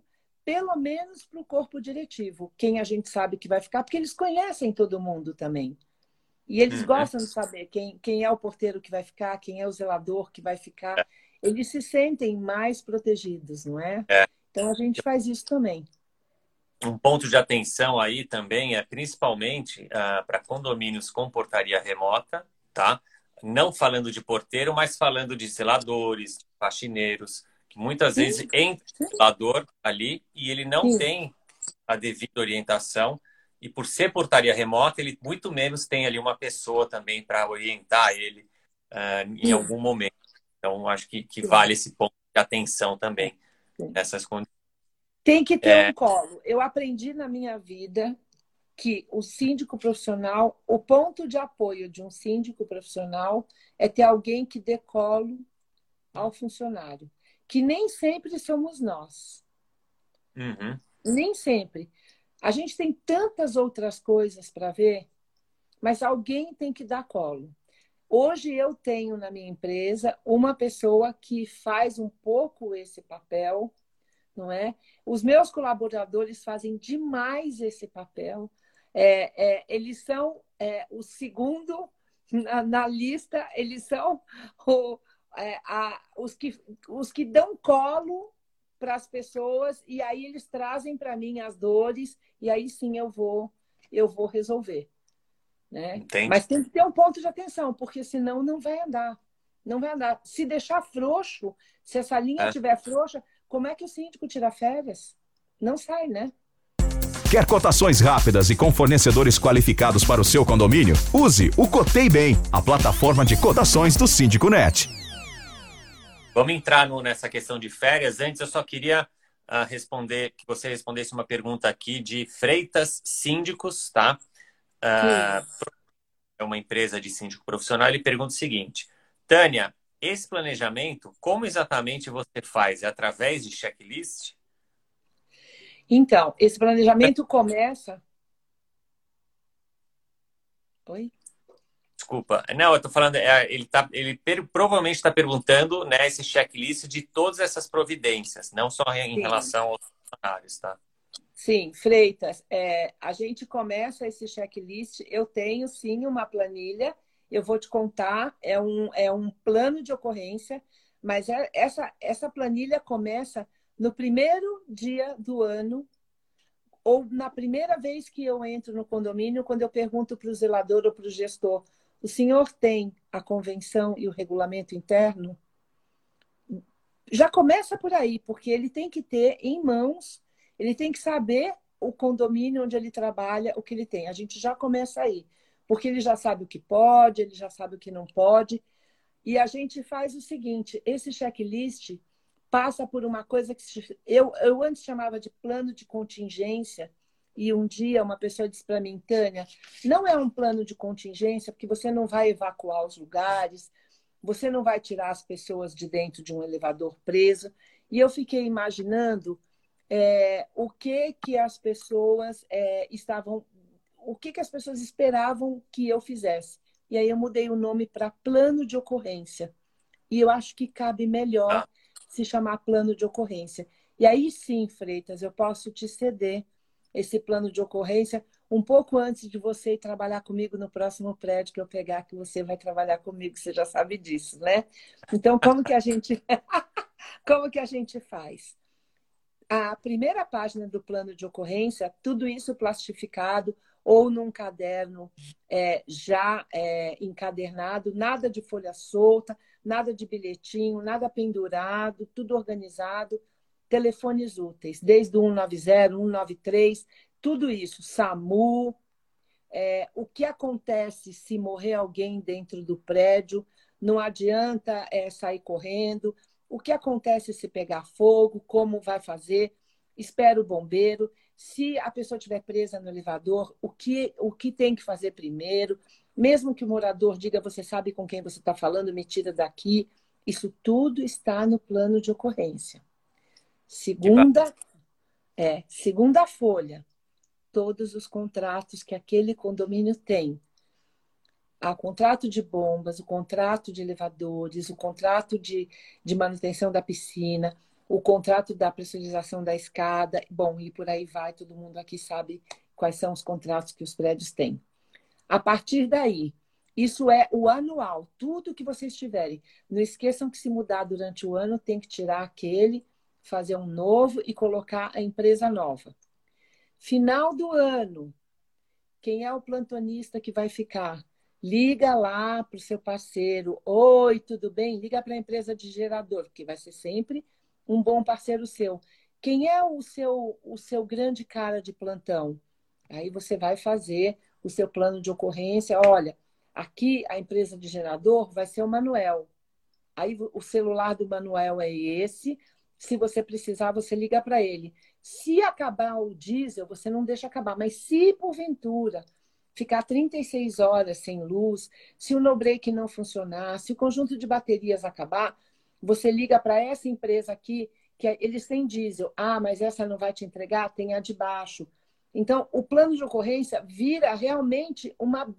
Speaker 3: pelo menos para o corpo diretivo, quem a gente sabe que vai ficar, porque eles conhecem todo mundo também. E eles gostam de saber quem é o porteiro que vai ficar, quem é o zelador que vai ficar. Eles se sentem mais protegidos, não é? Então, a gente faz isso também.
Speaker 2: Um ponto de atenção aí também é principalmente para condomínios com portaria remota, tá? Não falando de porteiro, mas falando de zeladores, faxineiros, que muitas vezes entra o zelador ali e ele não tem a devida orientação. E por ser portaria remota, ele muito menos tem ali uma pessoa também para orientar ele em algum momento. Então, acho que vale esse ponto de atenção também nessas condições.
Speaker 3: Tem que ter um colo. Eu aprendi na minha vida que o síndico profissional, o ponto de apoio de um síndico profissional é ter alguém que dê colo ao funcionário, que nem sempre somos nós. Nem sempre. A gente tem tantas outras coisas para ver, mas alguém tem que dar colo. Hoje eu tenho na minha empresa uma pessoa que faz um pouco esse papel, não é? Os meus colaboradores fazem demais esse papel. Eles são o segundo na lista, eles são os que dão colo para as pessoas e aí eles trazem para mim as dores e aí sim eu vou resolver. Né? Mas tem que ter um ponto de atenção, porque senão não vai andar. Não vai andar. Se deixar frouxo, se essa linha estiver frouxa, como é que o síndico tira férias? Não sai, né?
Speaker 1: Quer cotações rápidas e com fornecedores qualificados para o seu condomínio? Use o Cotei Bem, a plataforma de cotações do Síndico Net.
Speaker 2: Vamos entrar nessa questão de férias. Antes, eu só queria que você respondesse uma pergunta aqui de Freitas Síndicos, tá? É uma empresa de síndico profissional. Ele pergunta o seguinte: Tânia, esse planejamento, como exatamente você faz? É através de checklist?
Speaker 3: Então, esse planejamento começa... Oi?
Speaker 2: Desculpa. Não, eu tô falando... Ele provavelmente está perguntando, né, esse checklist de todas essas providências, não só em relação aos funcionários, tá?
Speaker 3: Sim, Freitas, a gente começa esse checklist. Eu tenho, sim, uma planilha. Eu vou te contar, é um plano de ocorrência, mas essa planilha começa no primeiro dia do ano ou na primeira vez que eu entro no condomínio, quando eu pergunto para o zelador ou para o gestor: o senhor tem a convenção e o regulamento interno? Já começa por aí, porque ele tem que ter em mãos, ele tem que saber o condomínio onde ele trabalha, o que ele tem. A gente já começa aí, porque ele já sabe o que pode, ele já sabe o que não pode. E a gente faz o seguinte: esse checklist passa por uma coisa que eu antes chamava de plano de contingência, e um dia uma pessoa disse para mim: Tânia, não é um plano de contingência, porque você não vai evacuar os lugares, você não vai tirar as pessoas de dentro de um elevador preso. E eu fiquei imaginando o que as pessoas o que as pessoas esperavam que eu fizesse. E aí eu mudei o nome para plano de ocorrência. E eu acho que cabe melhor se chamar plano de ocorrência. E aí sim, Freitas, eu posso te ceder esse plano de ocorrência um pouco antes de você ir trabalhar comigo no próximo prédio que eu pegar, que você vai trabalhar comigo, você já sabe disso, né? Então, como que a gente faz? A primeira página do plano de ocorrência, tudo isso plastificado ou num caderno já encadernado, nada de folha solta, nada de bilhetinho, nada pendurado, tudo organizado, telefones úteis, desde o 190, 193, tudo isso, SAMU, o que acontece se morrer alguém dentro do prédio, não adianta sair correndo, o que acontece se pegar fogo, como vai fazer, espera o bombeiro, se a pessoa estiver presa no elevador, o que tem que fazer primeiro, mesmo que o morador diga: você sabe com quem você está falando, me tira daqui, isso tudo está no plano de ocorrência. Segunda folha, todos os contratos que aquele condomínio tem. O contrato de bombas, o contrato de elevadores, o contrato de manutenção da piscina, o contrato da pressurização da escada, bom, e por aí vai, todo mundo aqui sabe quais são os contratos que os prédios têm. A partir daí, isso é o anual, tudo que vocês tiverem. Não esqueçam que se mudar durante o ano, tem que tirar aquele, fazer um novo e colocar a empresa nova. Final do ano, quem é o plantonista que vai ficar? Liga lá para o seu parceiro. Oi, tudo bem? Liga para a empresa de gerador, que vai ser sempre um bom parceiro seu. Quem é o seu grande cara de plantão? Aí você vai fazer o seu plano de ocorrência. Olha, aqui a empresa de gerador vai ser o Manuel. Aí o celular do Manuel é esse. Se você precisar, você liga para ele. Se acabar o diesel, você não deixa acabar. Mas se, porventura, ficar 36 horas sem luz, se o no-break não funcionar, se o conjunto de baterias acabar, você liga para essa empresa aqui, que eles têm diesel. Ah, mas essa não vai te entregar? Tem a de baixo. Então, o plano de ocorrência vira realmente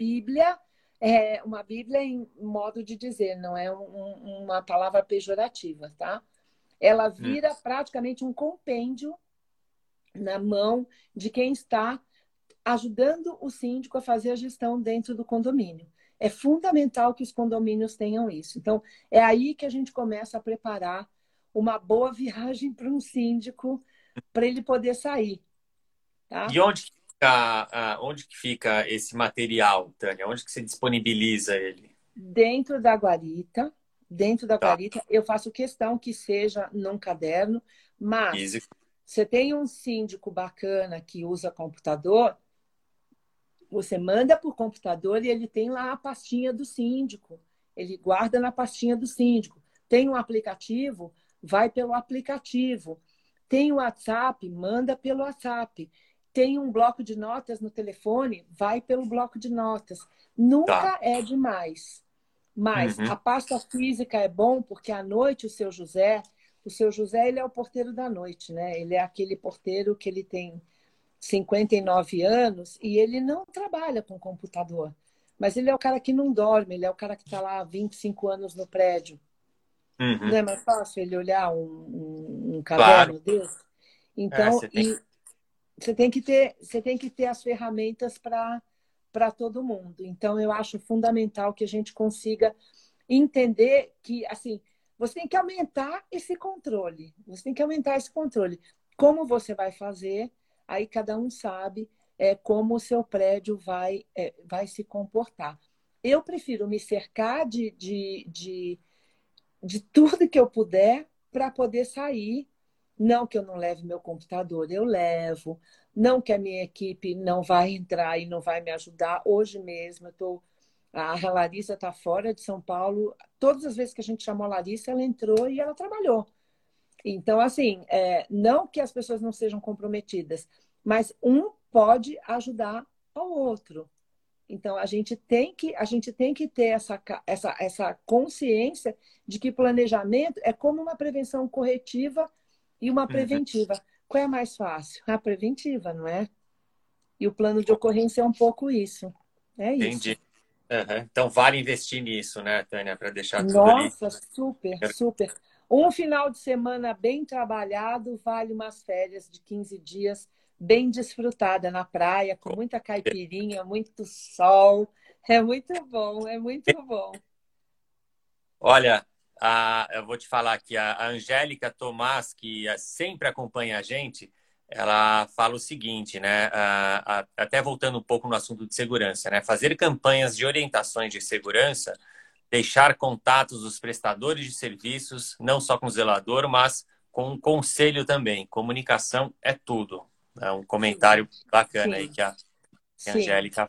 Speaker 3: uma Bíblia em modo de dizer, não é uma palavra pejorativa, tá? Ela vira praticamente um compêndio na mão de quem está ajudando o síndico a fazer a gestão dentro do condomínio. É fundamental que os condomínios tenham isso. Então, é aí que a gente começa a preparar uma boa viagem para um síndico, para ele poder sair. Tá?
Speaker 2: E onde que fica esse material, Tânia? Onde que você disponibiliza ele?
Speaker 3: Dentro da guarita. Dentro da
Speaker 2: Tá.
Speaker 3: guarita, eu faço questão que seja num caderno, mas
Speaker 2: Físico.
Speaker 3: você tem um síndico bacana que usa computador, você manda por computador e ele tem lá a pastinha do síndico. Ele guarda na pastinha do síndico. Tem um aplicativo, vai pelo aplicativo. Tem o WhatsApp, manda pelo WhatsApp. Tem um bloco de notas no telefone, vai pelo bloco de notas.
Speaker 2: Tá.
Speaker 3: Nunca é demais. Mas a pasta física é bom porque à noite o seu José ele é o porteiro da noite, né? Ele é aquele porteiro que ele tem 59 anos e ele não trabalha com computador. Mas ele é o cara que não dorme, ele é o cara que está lá há 25 anos no prédio. Não é mais fácil ele olhar um
Speaker 2: Claro.
Speaker 3: caderno desse? Então,
Speaker 2: Você tem.
Speaker 3: você tem que ter as ferramentas para todo mundo. Então, eu acho fundamental que a gente consiga entender que, assim, você tem que aumentar esse controle. Você tem que aumentar esse controle. Como você vai fazer, aí cada um sabe como o seu prédio vai se comportar. Eu prefiro me cercar de tudo que eu puder para poder sair. Não que eu não leve meu computador, eu levo. Não que a minha equipe não vai entrar e não vai me ajudar. Hoje mesmo, a Larissa está fora de São Paulo. Todas as vezes que a gente chamou a Larissa, ela entrou e ela trabalhou. Então, assim, não que as pessoas não sejam comprometidas, mas um pode ajudar ao outro. Então, a gente tem que ter essa consciência de que planejamento é como uma prevenção corretiva e uma preventiva. Qual é mais fácil? A preventiva, não é? E o plano de ocorrência é um pouco isso. É isso.
Speaker 2: Entendi. Então, vale investir nisso, né, Tânia, para deixar tudo ali.
Speaker 3: Nossa, super, super. Um final de semana bem trabalhado vale umas férias de 15 dias bem desfrutada na praia, com muita caipirinha, muito sol. É muito bom, é muito bom.
Speaker 2: Olha, eu vou te falar que a Angélica Tomás, que sempre acompanha a gente, ela fala o seguinte, né? Até voltando um pouco no assunto de segurança, né? Fazer campanhas de orientações de segurança, deixar contatos dos prestadores de serviços, não só com o zelador, mas com o conselho também. Comunicação é tudo. É um comentário bacana aí
Speaker 3: Sim,
Speaker 2: que a
Speaker 3: sim.
Speaker 2: Angélica.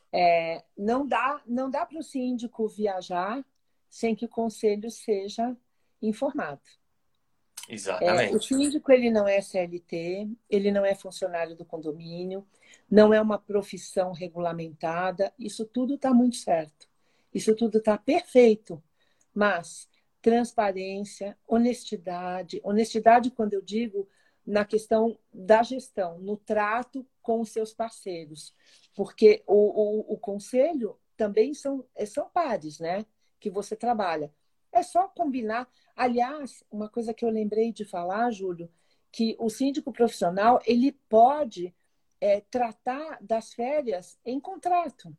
Speaker 3: Não dá para o síndico viajar sem que o conselho seja informado. O
Speaker 2: Exatamente.
Speaker 3: síndico ele não é CLT, ele não é funcionário do condomínio, não é uma profissão regulamentada, isso tudo está muito certo, isso tudo está perfeito, mas transparência, honestidade quando eu digo na questão da gestão, no trato com os seus parceiros, porque o conselho também são pares, né, que você trabalha. É só combinar. Aliás, uma coisa que eu lembrei de falar, Júlio, que o síndico profissional ele pode tratar das férias em contrato.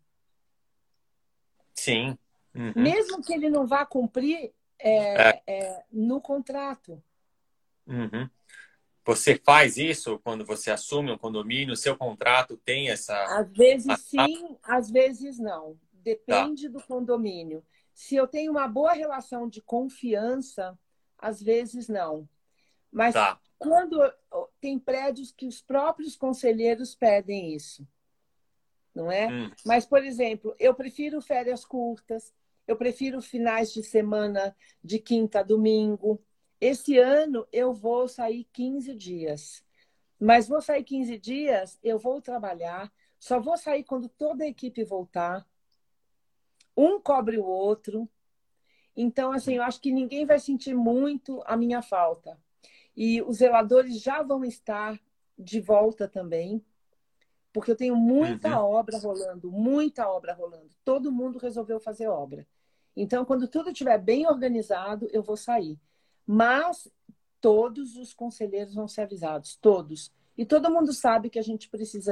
Speaker 2: Sim. Uhum.
Speaker 3: Mesmo que ele não vá cumprir
Speaker 2: É.
Speaker 3: no contrato.
Speaker 2: Uhum. Você faz isso quando você assume um condomínio, o seu contrato tem essa.
Speaker 3: Às vezes
Speaker 2: Ah,
Speaker 3: sim, às vezes não.
Speaker 2: tá,
Speaker 3: Depende do condomínio. Se eu tenho uma boa relação de confiança, às vezes não. Mas
Speaker 2: tá.
Speaker 3: quando tem prédios que os próprios conselheiros pedem isso, não é?
Speaker 2: Hum,
Speaker 3: Mas, por exemplo, eu prefiro férias curtas, eu prefiro finais de semana de quinta a domingo. Esse ano eu vou sair 15 dias. Mas vou sair 15 dias, eu vou trabalhar, só vou sair quando toda a equipe voltar. Um cobre o outro. Então, assim, eu acho que ninguém vai sentir muito a minha falta. E os zeladores já vão estar de volta também, porque eu tenho
Speaker 2: uhum.
Speaker 3: muita obra rolando, muita obra rolando. Todo mundo resolveu fazer obra. Então, quando tudo estiver bem organizado, eu vou sair. Mas todos os conselheiros vão ser avisados, todos. E todo mundo sabe que a gente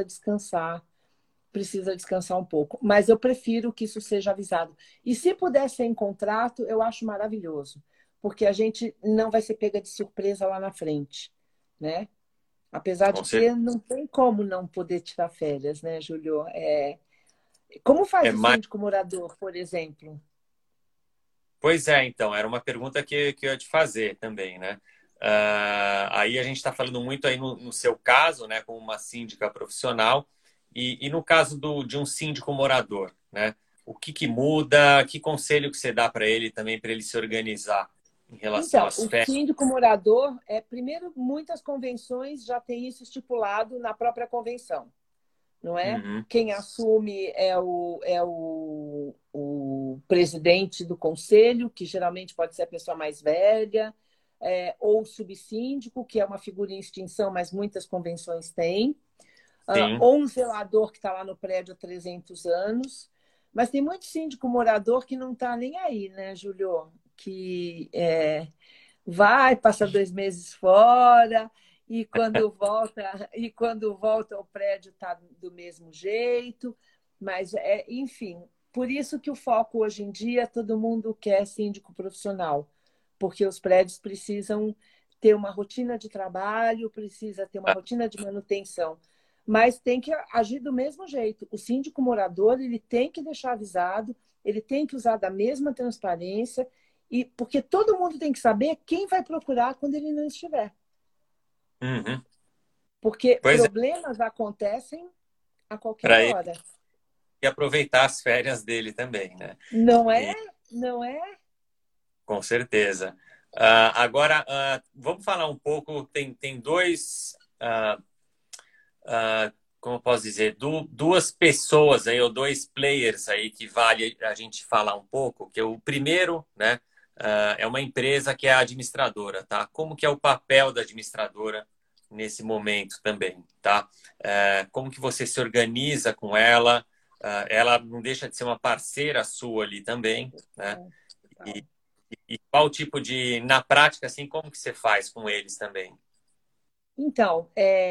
Speaker 3: precisa descansar um pouco. Mas eu prefiro que isso seja avisado. E se puder ser em contrato, eu acho maravilhoso, porque a gente não vai ser pega de surpresa lá na frente, né? Apesar de
Speaker 2: Com
Speaker 3: que
Speaker 2: certeza.
Speaker 3: não tem como não poder tirar férias, né, Júlio? Como
Speaker 2: É
Speaker 3: faz o
Speaker 2: mais...
Speaker 3: síndico morador, por exemplo?
Speaker 2: Pois é, então, era uma pergunta que eu ia te fazer também, né? Aí a gente está falando muito aí no seu caso, né, como uma síndica profissional, e no caso de um síndico morador, né? O que que muda? Que conselho que você dá para ele também, para ele se organizar em relação
Speaker 3: Então,
Speaker 2: às
Speaker 3: o
Speaker 2: férias?
Speaker 3: síndico morador, primeiro, muitas convenções já têm isso estipulado na própria convenção, não é?
Speaker 2: Uhum,
Speaker 3: Quem assume é o presidente do conselho, que geralmente pode ser a pessoa mais velha, ou o subsíndico, que é uma figura em extinção, mas muitas convenções têm.
Speaker 2: sim.
Speaker 3: Ou um zelador que está lá no prédio há 300 anos. Mas tem muito síndico morador que não está nem aí, né, Júlio? Que vai, passa 2 meses fora, e quando volta o prédio está do mesmo jeito. Mas, enfim, por isso que o foco hoje em dia, todo mundo quer síndico profissional, porque os prédios precisam ter uma rotina de trabalho, precisa ter uma rotina de manutenção, mas tem que agir do mesmo jeito. O síndico morador, ele tem que deixar avisado, ele tem que usar da mesma transparência, e porque todo mundo tem que saber quem vai procurar quando ele não estiver.
Speaker 2: Uhum.
Speaker 3: Porque
Speaker 2: Pois é,
Speaker 3: problemas acontecem a qualquer
Speaker 2: para ele
Speaker 3: hora.
Speaker 2: aproveitar as férias dele também, né?
Speaker 3: Não é?
Speaker 2: E,
Speaker 3: Não é?
Speaker 2: com certeza. Agora, vamos falar um pouco. Tem dois, como eu posso dizer, duas pessoas aí, ou dois players aí que vale a gente falar um pouco. Que o primeiro, né, é uma empresa que é a administradora, tá? Como que é o papel da administradora nesse momento também, tá? Como que você se organiza com ela? Ela não deixa de ser uma parceira sua ali também, né?
Speaker 3: Total.
Speaker 2: E qual tipo de, na prática, assim, como que você faz com eles também?
Speaker 3: Então,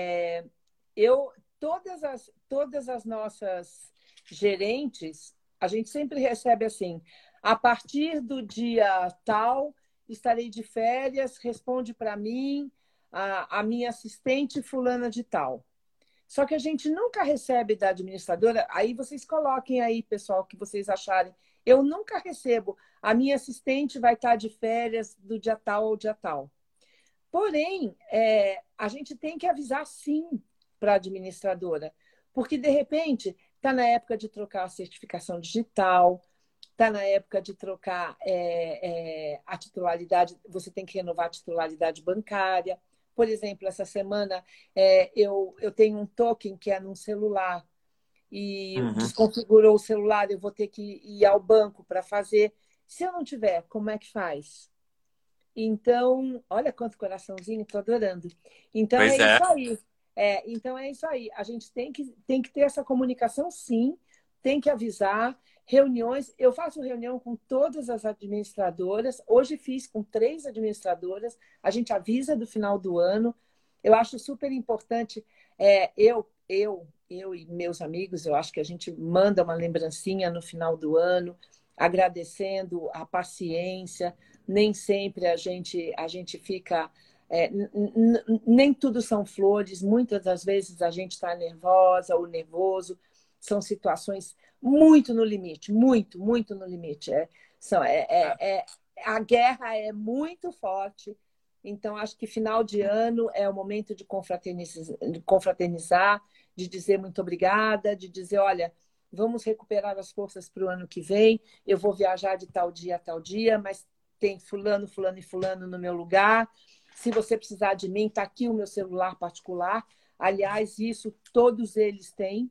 Speaker 3: todas as nossas gerentes, a gente sempre recebe assim, a partir do dia tal, estarei de férias, responde para mim a minha assistente fulana de tal. Só que a gente nunca recebe da administradora, aí vocês coloquem aí, pessoal, o que vocês acharem. Eu nunca recebo, a minha assistente vai estar de férias do dia tal ao dia tal. Porém, a gente tem que avisar sim para a administradora, porque de repente está na época de trocar a certificação digital, está na época de trocar a titularidade, você tem que renovar a titularidade bancária. Por exemplo, essa semana eu tenho um token que é num celular e
Speaker 2: Uhum.
Speaker 3: desconfigurou o celular, eu vou ter que ir ao banco para fazer. Se eu não tiver, como é que faz? Então, olha quanto coraçãozinho, estou adorando. Então é
Speaker 2: Pois é.
Speaker 3: isso aí. Então é isso aí. A gente tem que ter essa comunicação, sim, tem que avisar. reuniões. Eu faço reunião com todas as administradoras. Hoje fiz com 3 administradoras. A gente avisa do final do ano. Eu acho super importante. Eu e meus amigos, eu acho que a gente manda uma lembrancinha no final do ano, agradecendo a paciência. Nem sempre a gente fica... nem tudo são flores. Muitas das vezes a gente está nervosa ou nervoso. São situações muito no limite, muito, muito no limite. A guerra é muito forte. Então, acho que final de ano é o momento de confraternizar, de dizer muito obrigada, de dizer, olha, vamos recuperar as forças para o ano que vem, eu vou viajar de tal dia a tal dia, mas tem fulano, fulano e fulano no meu lugar. Se você precisar de mim, está aqui o meu celular particular. Aliás, isso todos eles têm.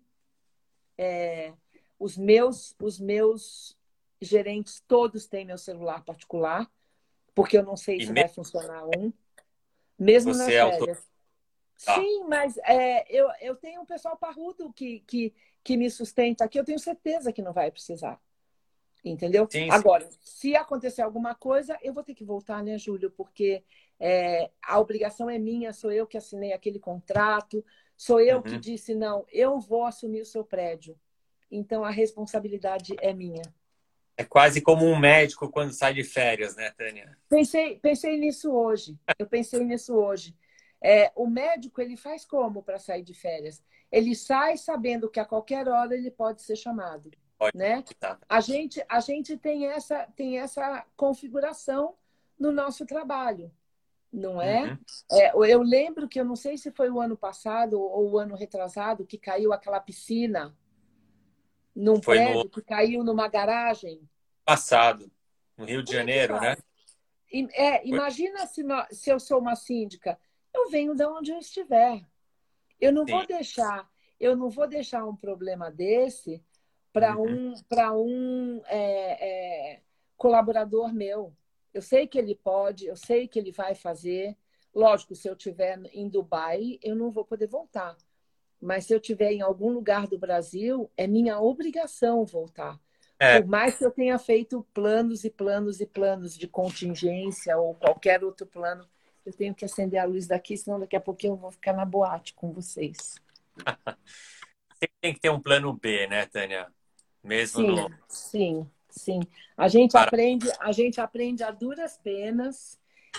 Speaker 3: Os meus gerentes todos têm meu celular particular, porque eu não sei se vai funcionar mesmo nas férias. Sim, mas eu tenho um pessoal parrudo que me sustenta aqui, eu tenho certeza que não vai precisar. Entendeu?
Speaker 2: Sim, sim.
Speaker 3: Agora, se acontecer alguma coisa, eu vou ter que voltar, né, Júlio? Porque a obrigação é minha, sou eu que assinei aquele contrato, sou eu que disse, não, eu vou assumir o seu prédio. Então, a responsabilidade é minha.
Speaker 2: É quase como um médico quando sai de férias, né, Tânia?
Speaker 3: Pensei nisso hoje. Eu pensei nisso hoje. O médico, ele faz como para sair de férias? Ele sai sabendo que a qualquer hora ele pode ser chamado.
Speaker 2: Pode,
Speaker 3: né?
Speaker 2: tá.
Speaker 3: A gente tem essa configuração no nosso trabalho, não é? Eu lembro que, eu não sei se foi o ano passado ou o ano retrasado, que caiu aquela piscina num prédio, que caiu numa garagem.
Speaker 2: Passado, no Rio de Janeiro, né?
Speaker 3: Imagina se eu sou uma síndica, eu venho de onde eu estiver. Eu não vou deixar um problema desse para um colaborador meu. Eu sei que ele pode, eu sei que ele vai fazer. Lógico, se eu estiver em Dubai, eu não vou poder voltar. Mas se eu estiver em algum lugar do Brasil, é minha obrigação voltar. Por mais que eu tenha feito planos e planos e planos de contingência ou qualquer outro plano, eu tenho que acender a luz daqui, senão daqui a pouquinho eu vou ficar na boate com vocês.
Speaker 2: Sempre tem que ter um plano B, né, Tânia? Mesmo
Speaker 3: Sim. A gente aprende a duras penas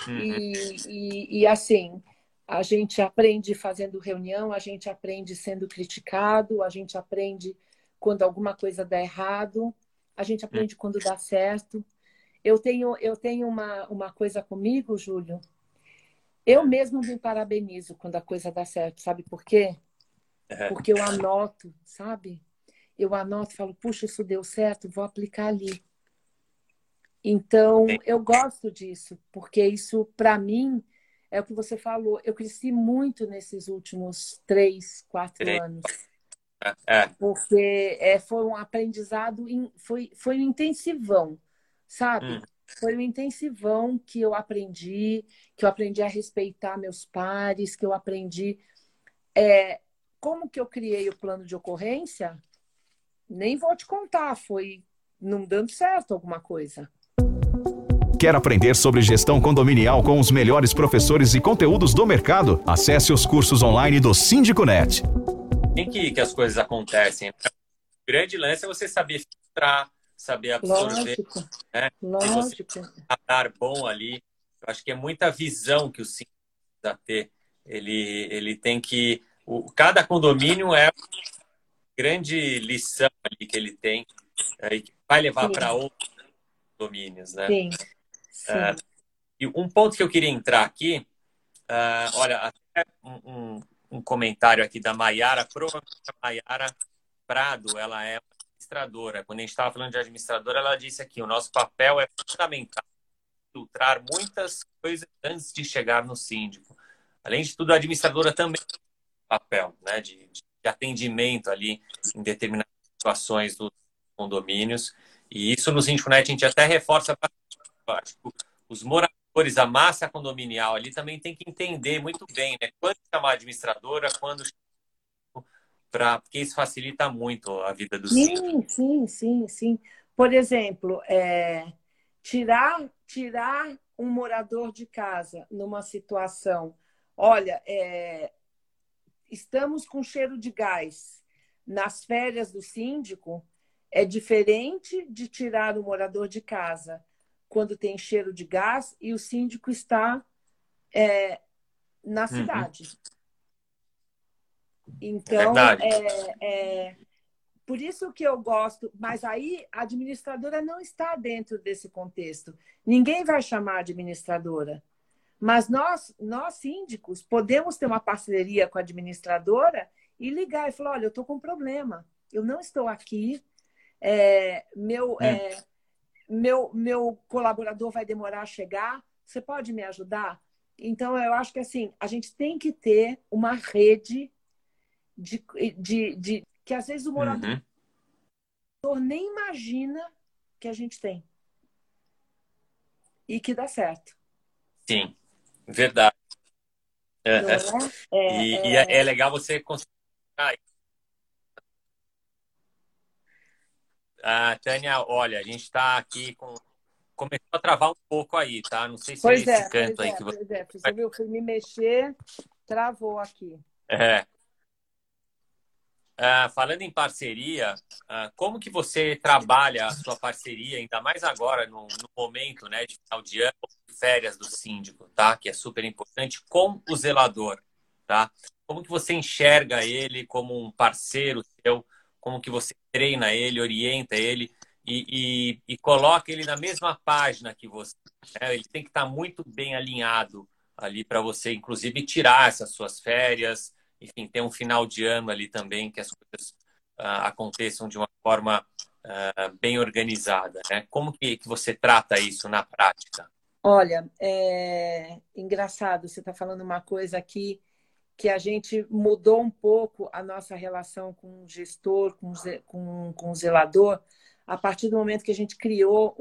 Speaker 3: e assim, a gente aprende fazendo reunião, a gente aprende sendo criticado, a gente aprende quando alguma coisa dá errado, a gente aprende quando dá certo. Eu tenho uma coisa comigo, Júlio. Eu mesmo me parabenizo quando a coisa dá certo. Sabe por quê? Porque eu anoto, sabe? Eu anoto e falo, puxa, isso deu certo, vou aplicar ali. Então, eu gosto disso, porque isso, para mim, é o que você falou. Eu cresci muito nesses últimos 3, 4 anos. Porque foi um aprendizado, foi um intensivão, sabe? Foi um intensivão que eu aprendi a respeitar meus pares, que eu aprendi... como que eu criei o plano de ocorrência? Nem vou te contar, foi não dando certo alguma coisa.
Speaker 1: Quer aprender sobre gestão condominial com os melhores professores e conteúdos do mercado? Acesse os cursos online do SíndicoNet.
Speaker 2: Tem que as coisas acontecem. O grande lance é você saber filtrar, saber absorver.
Speaker 3: Lógico.
Speaker 2: Você radar bom ali. Eu acho que é muita visão que o síndico precisa ter. Ele tem que... cada condomínio é uma grande lição ali que ele tem e que vai levar para outros condomínios, né?
Speaker 3: Sim.
Speaker 2: E um ponto que eu queria entrar aqui, olha, até um comentário aqui da Maiara, provavelmente a Maiara Prado, ela é administradora. Quando a gente estava falando de administradora, ela disse aqui, o nosso papel é fundamental, filtrar muitas coisas antes de chegar no síndico. Além de tudo, a administradora também tem papel, né, de atendimento ali em determinadas situações dos condomínios. E isso no SíndicoNet a gente até reforça bastante. Os moradores, a massa condominial ali também tem que entender muito bem, né? Quando chamar a administradora, quando porque isso facilita muito a vida do síndico.
Speaker 3: Sim, sim, sim, sim. Por exemplo, tirar um morador de casa numa situação, olha, estamos com cheiro de gás nas férias do síndico, é diferente de tirar o morador de casa quando tem cheiro de gás e o síndico está na
Speaker 2: Uhum.
Speaker 3: cidade.
Speaker 2: É
Speaker 3: Então,
Speaker 2: verdade.
Speaker 3: por isso que eu gosto, mas aí a administradora não está dentro desse contexto. Ninguém vai chamar a administradora. Mas nós síndicos, podemos ter uma parceria com a administradora e ligar e falar: olha, eu estou com um problema, eu não estou aqui, é, meu,
Speaker 2: Hum.
Speaker 3: é, meu colaborador vai demorar a chegar, você pode me ajudar? Então, eu acho que assim, a gente tem que ter uma rede que às vezes o morador
Speaker 2: Uhum.
Speaker 3: nem imagina que a gente tem e que dá certo.
Speaker 2: Sim, verdade.
Speaker 3: Não
Speaker 2: Uhum. E
Speaker 3: é?
Speaker 2: é legal você conseguir. Tânia, olha, a gente está aqui com. Começou a travar um pouco aí, tá? Não sei se é
Speaker 3: Pois
Speaker 2: esse
Speaker 3: é, pois
Speaker 2: canto aí
Speaker 3: é,
Speaker 2: que você.
Speaker 3: pois é. Você viu, fui me mexer, travou aqui.
Speaker 2: É. Falando em parceria, como que você trabalha a sua parceria, ainda mais agora, no momento, né, de final de ano, férias do síndico, tá? Que é super importante, com o zelador, tá? Como que você enxerga ele como um parceiro seu? Como que você treina ele, orienta ele e coloca ele na mesma página que você, né? Ele tem que estar muito bem alinhado ali para você, inclusive, tirar essas suas férias, enfim, ter um final de ano ali também, que as coisas aconteçam de uma forma bem organizada, né? Como que você trata isso na prática?
Speaker 3: Olha, é engraçado, você está falando uma coisa aqui que a gente mudou um pouco a nossa relação com o gestor, com o zelador, a partir do momento que a gente criou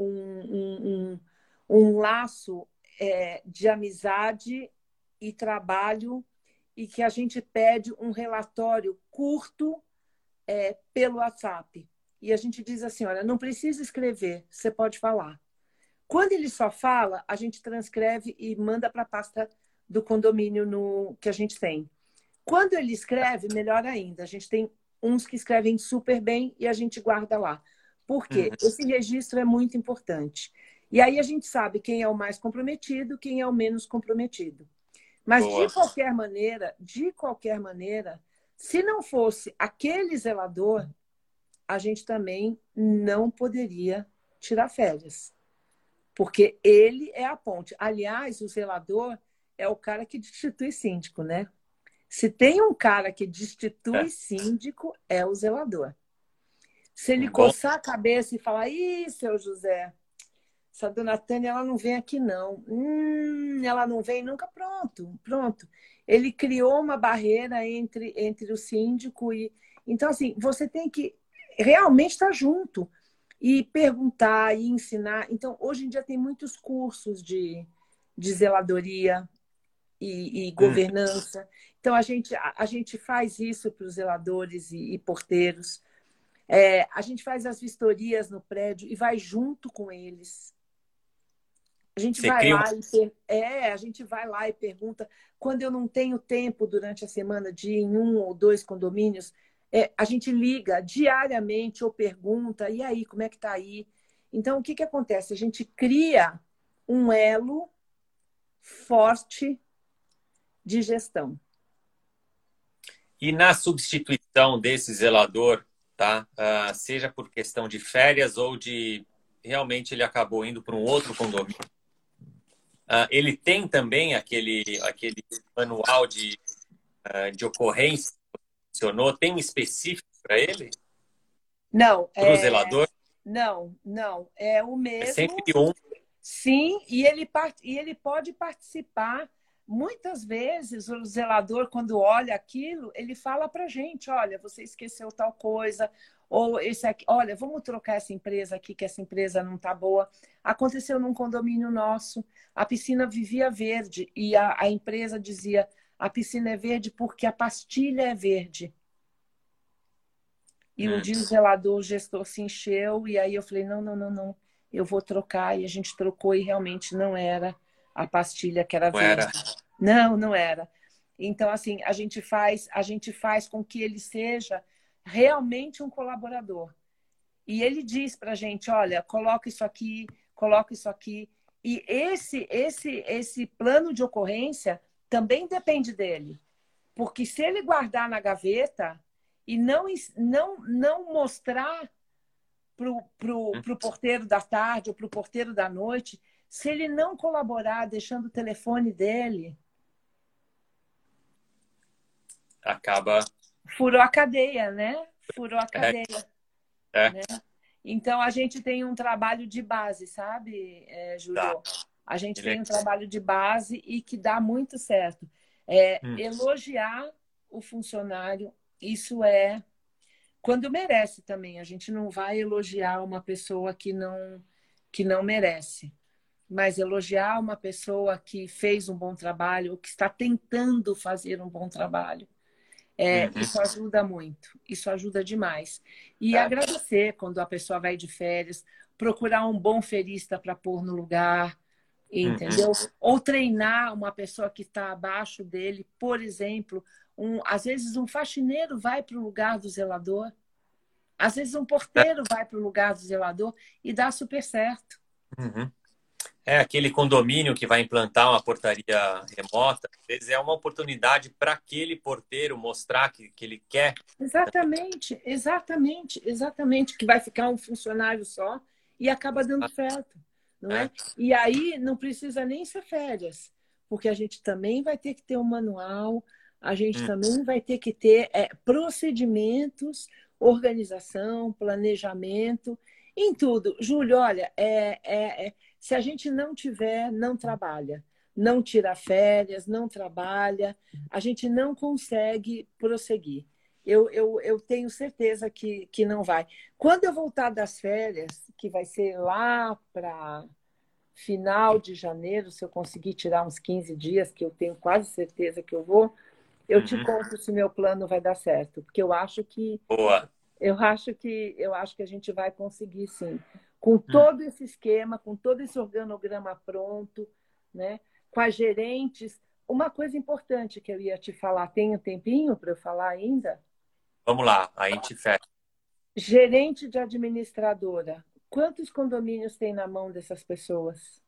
Speaker 3: um laço de amizade e trabalho e que a gente pede um relatório curto pelo WhatsApp. E a gente diz assim, olha, não precisa escrever, você pode falar. Quando ele só fala, a gente transcreve e manda para a pasta do condomínio que a gente tem. Quando ele escreve, melhor ainda. A gente tem uns que escrevem super bem e a gente guarda lá. Por quê?
Speaker 2: Uhum.
Speaker 3: Esse registro é muito importante. E aí a gente sabe quem é o mais comprometido, quem é o menos comprometido. Mas
Speaker 2: Boa.
Speaker 3: de qualquer maneira, se não fosse aquele zelador, a gente também não poderia tirar férias. Porque ele é a ponte. Aliás, o zelador é o cara que destitui síndico, né? Se tem um cara que destitui síndico, é o zelador. Se ele
Speaker 2: Bom,
Speaker 3: coçar a cabeça e falar: ih, seu José, essa dona Tânia, ela não vem aqui, não. Ela não vem nunca. Pronto, pronto. Ele criou uma barreira entre o síndico e... Então, assim, você tem que realmente estar junto e perguntar e ensinar. Então, hoje em dia tem muitos cursos de zeladoria e governança. Então, a gente faz isso para os zeladores e porteiros. A gente faz as vistorias no prédio e vai junto com eles. A gente
Speaker 2: você
Speaker 3: vai
Speaker 2: cria uma.
Speaker 3: lá a gente vai lá e pergunta. Quando eu não tenho tempo durante a semana de ir em um ou dois condomínios, a gente liga diariamente ou pergunta, e aí, como é que está aí? Então, o que, que acontece? A gente cria um elo forte de gestão.
Speaker 2: E na substituição desse zelador, tá? Seja por questão de férias ou de realmente ele acabou indo para um outro condomínio. Ele tem também aquele manual de ocorrência que funcionou, tem um específico para ele?
Speaker 3: Não,
Speaker 2: Para o zelador?
Speaker 3: não. É o
Speaker 2: É
Speaker 3: mesmo.
Speaker 2: sempre um.
Speaker 3: Sim, e ele pode participar. Muitas vezes o zelador, quando olha aquilo, ele fala para a gente: olha, você esqueceu tal coisa, ou esse aqui, olha, vamos trocar essa empresa aqui, que essa empresa não está boa. Aconteceu num condomínio nosso, a piscina vivia verde e a empresa dizia: a piscina é verde porque a pastilha é verde. E um dia o zelador, o gestor se encheu, e aí eu falei, não, não, não, não, eu vou trocar. E a gente trocou e realmente não era a pastilha que era
Speaker 2: Não era.
Speaker 3: verde. Não, não era. Então, assim, a gente faz com que ele seja realmente um colaborador. E ele diz para a gente, olha, coloca isso aqui, coloca isso aqui. E esse plano de ocorrência também depende dele. Porque se ele guardar na gaveta e não mostrar pro porteiro da tarde ou para o porteiro da noite, se ele não colaborar deixando o telefone dele,
Speaker 2: Acaba.
Speaker 3: furou a cadeia, né? Furou a
Speaker 2: É,
Speaker 3: cadeia,
Speaker 2: é,
Speaker 3: né? Então, a gente tem um trabalho de base, sabe,
Speaker 2: tá.
Speaker 3: Júlio? A gente
Speaker 2: Ele
Speaker 3: tem
Speaker 2: é-
Speaker 3: um trabalho de base e que dá muito certo.
Speaker 2: Hum,
Speaker 3: Elogiar o funcionário, isso é quando merece também. A gente não vai elogiar uma pessoa que não merece, mas elogiar uma pessoa que fez um bom trabalho ou que está tentando fazer um bom trabalho.
Speaker 2: uhum,
Speaker 3: Isso ajuda muito, isso ajuda demais. E
Speaker 2: é,
Speaker 3: agradecer quando a pessoa vai de férias, procurar um bom ferista para pôr no lugar,
Speaker 2: uhum,
Speaker 3: entendeu? Ou treinar uma pessoa que está abaixo dele, por exemplo, às vezes um faxineiro vai para o lugar do zelador, às vezes um
Speaker 2: é,
Speaker 3: porteiro vai para o lugar do zelador e dá super certo.
Speaker 2: uhum. É aquele condomínio que vai implantar uma portaria remota, às vezes é uma oportunidade para aquele porteiro mostrar que ele quer.
Speaker 3: Exatamente, exatamente, exatamente, que vai ficar um funcionário só e acaba dando certo, não
Speaker 2: É,
Speaker 3: é? E aí não precisa nem ser férias, porque a gente também vai ter que ter um manual, a gente
Speaker 2: hum,
Speaker 3: também vai ter que ter procedimentos, organização, planejamento, em tudo. Júlio, olha, se a gente não tiver, não trabalha. Não tira férias, não trabalha, a gente não consegue prosseguir. Eu tenho certeza que não vai. Quando eu voltar das férias, que vai ser lá para final de janeiro, se eu conseguir tirar uns 15 dias, que eu tenho quase certeza que eu vou, eu te
Speaker 2: uhum.
Speaker 3: conto se meu plano vai dar certo, porque eu acho que
Speaker 2: Boa.
Speaker 3: a gente vai conseguir sim. Com
Speaker 2: Hum.
Speaker 3: todo esse esquema, com todo esse organograma pronto, né? Com as gerentes. Uma coisa importante que eu ia te falar, tem um tempinho para eu falar ainda?
Speaker 2: Vamos lá, a gente fecha.
Speaker 3: Gerente de administradora. Quantos condomínios tem na mão dessas pessoas?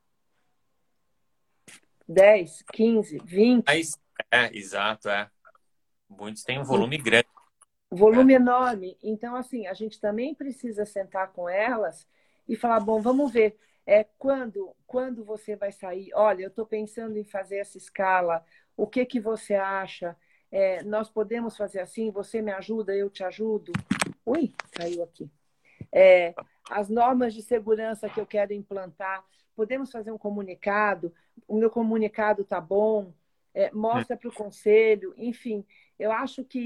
Speaker 3: 10, 15, 20?
Speaker 2: Mas, exato, é. Muitos têm um volume grande, né?
Speaker 3: Volume enorme. Então, assim, a gente também precisa sentar com elas e falar, bom, vamos ver, quando você vai sair? Olha, eu estou pensando em fazer essa escala, o que que você acha? Nós podemos fazer assim, você me ajuda, eu te ajudo? Ui, caiu aqui. As normas de segurança que eu quero implantar, podemos fazer um comunicado? O meu comunicado está bom?
Speaker 2: Hum,
Speaker 3: Mostra para o conselho, enfim. Eu acho que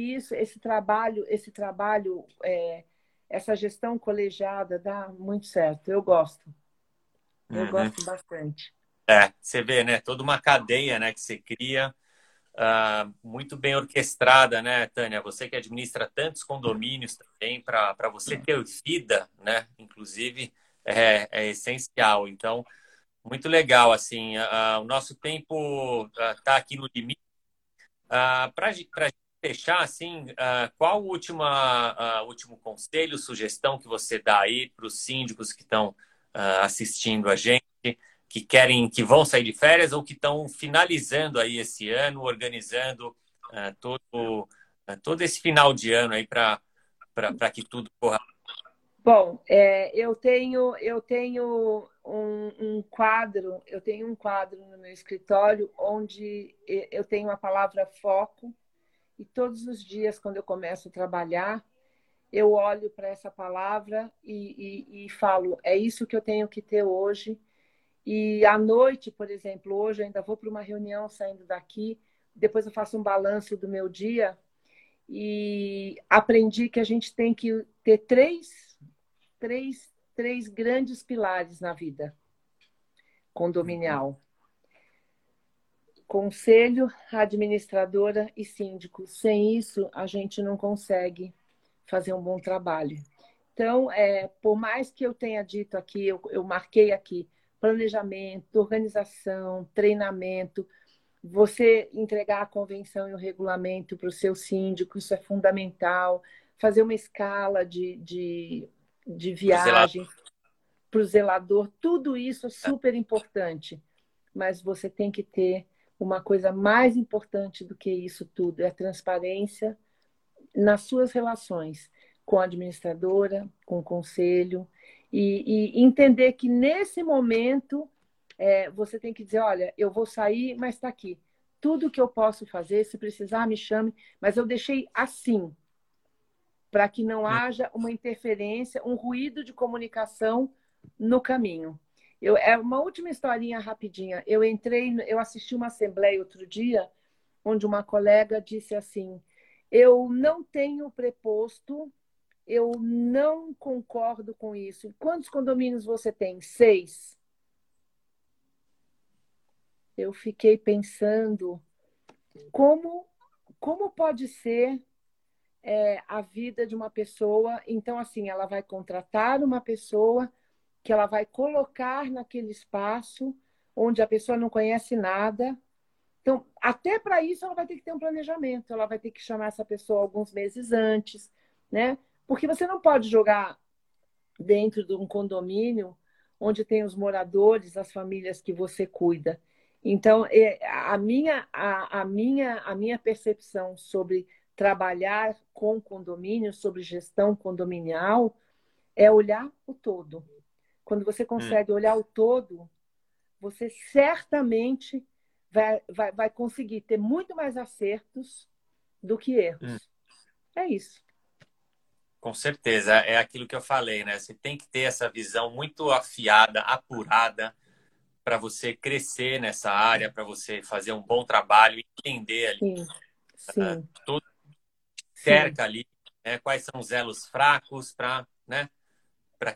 Speaker 3: essa gestão colegiada dá muito certo. Eu
Speaker 2: uhum.
Speaker 3: gosto bastante.
Speaker 2: Você vê, né? Toda uma cadeia, né, que você cria, muito bem orquestrada, né, Tânia? Você que administra tantos condomínios também, para você ter vida, né? Inclusive, é essencial. Então, muito legal, assim. O nosso tempo está aqui no limite. Para a gente fechar, assim, qual o último conselho, sugestão que você dá aí para os síndicos que estão assistindo a gente, que querem, que vão sair de férias ou que estão finalizando aí esse ano, organizando todo esse final de ano aí para que tudo corra.
Speaker 3: Bom, eu tenho um quadro no meu escritório onde eu tenho a palavra foco e todos os dias, quando eu começo a trabalhar, eu olho para essa palavra e falo, é isso que eu tenho que ter hoje. E à noite, por exemplo, hoje eu ainda vou para uma reunião saindo daqui, depois eu faço um balanço do meu dia e aprendi que a gente tem que ter três grandes pilares na vida condominial: conselho, administradora e síndico. Sem isso, a gente não consegue fazer um bom trabalho. Então, por mais que eu tenha dito aqui, eu marquei aqui, planejamento, organização, treinamento, você entregar a convenção e o regulamento para o seu síndico, isso é fundamental. Fazer uma escala de viagem para o zelador, tudo isso é super importante. Mas você tem que ter uma coisa mais importante do que isso tudo, é a transparência nas suas relações com a administradora, com o conselho, e entender que nesse momento você tem que dizer, olha, eu vou sair, mas está aqui. Tudo que eu posso fazer, se precisar, me chame, mas eu deixei assim, para que não haja uma interferência, um ruído de comunicação no caminho. Uma última historinha rapidinha. Eu assisti uma assembleia outro dia, onde uma colega disse assim, eu não tenho preposto, eu não concordo com isso. Quantos condomínios você tem? 6. Eu fiquei pensando como pode ser a vida de uma pessoa. Então, assim, ela vai contratar uma pessoa que ela vai colocar naquele espaço onde a pessoa não conhece nada. Então, até para isso, ela vai ter que ter um planejamento. Ela vai ter que chamar essa pessoa alguns meses antes, né? Porque você não pode jogar dentro de um condomínio onde tem os moradores, as famílias que você cuida. Então, a minha percepção sobre trabalhar com condomínio, sobre gestão condominial, é olhar o todo. Quando você consegue olhar o todo, você certamente vai conseguir ter muito mais acertos do que erros. É isso.
Speaker 2: Com certeza, é aquilo que eu falei, né? Você tem que ter essa visão muito afiada, apurada, para você crescer nessa área, para você fazer um bom trabalho, entender ali
Speaker 3: Sim.
Speaker 2: tudo cerca ali, né? Quais são os elos fracos para, né? Para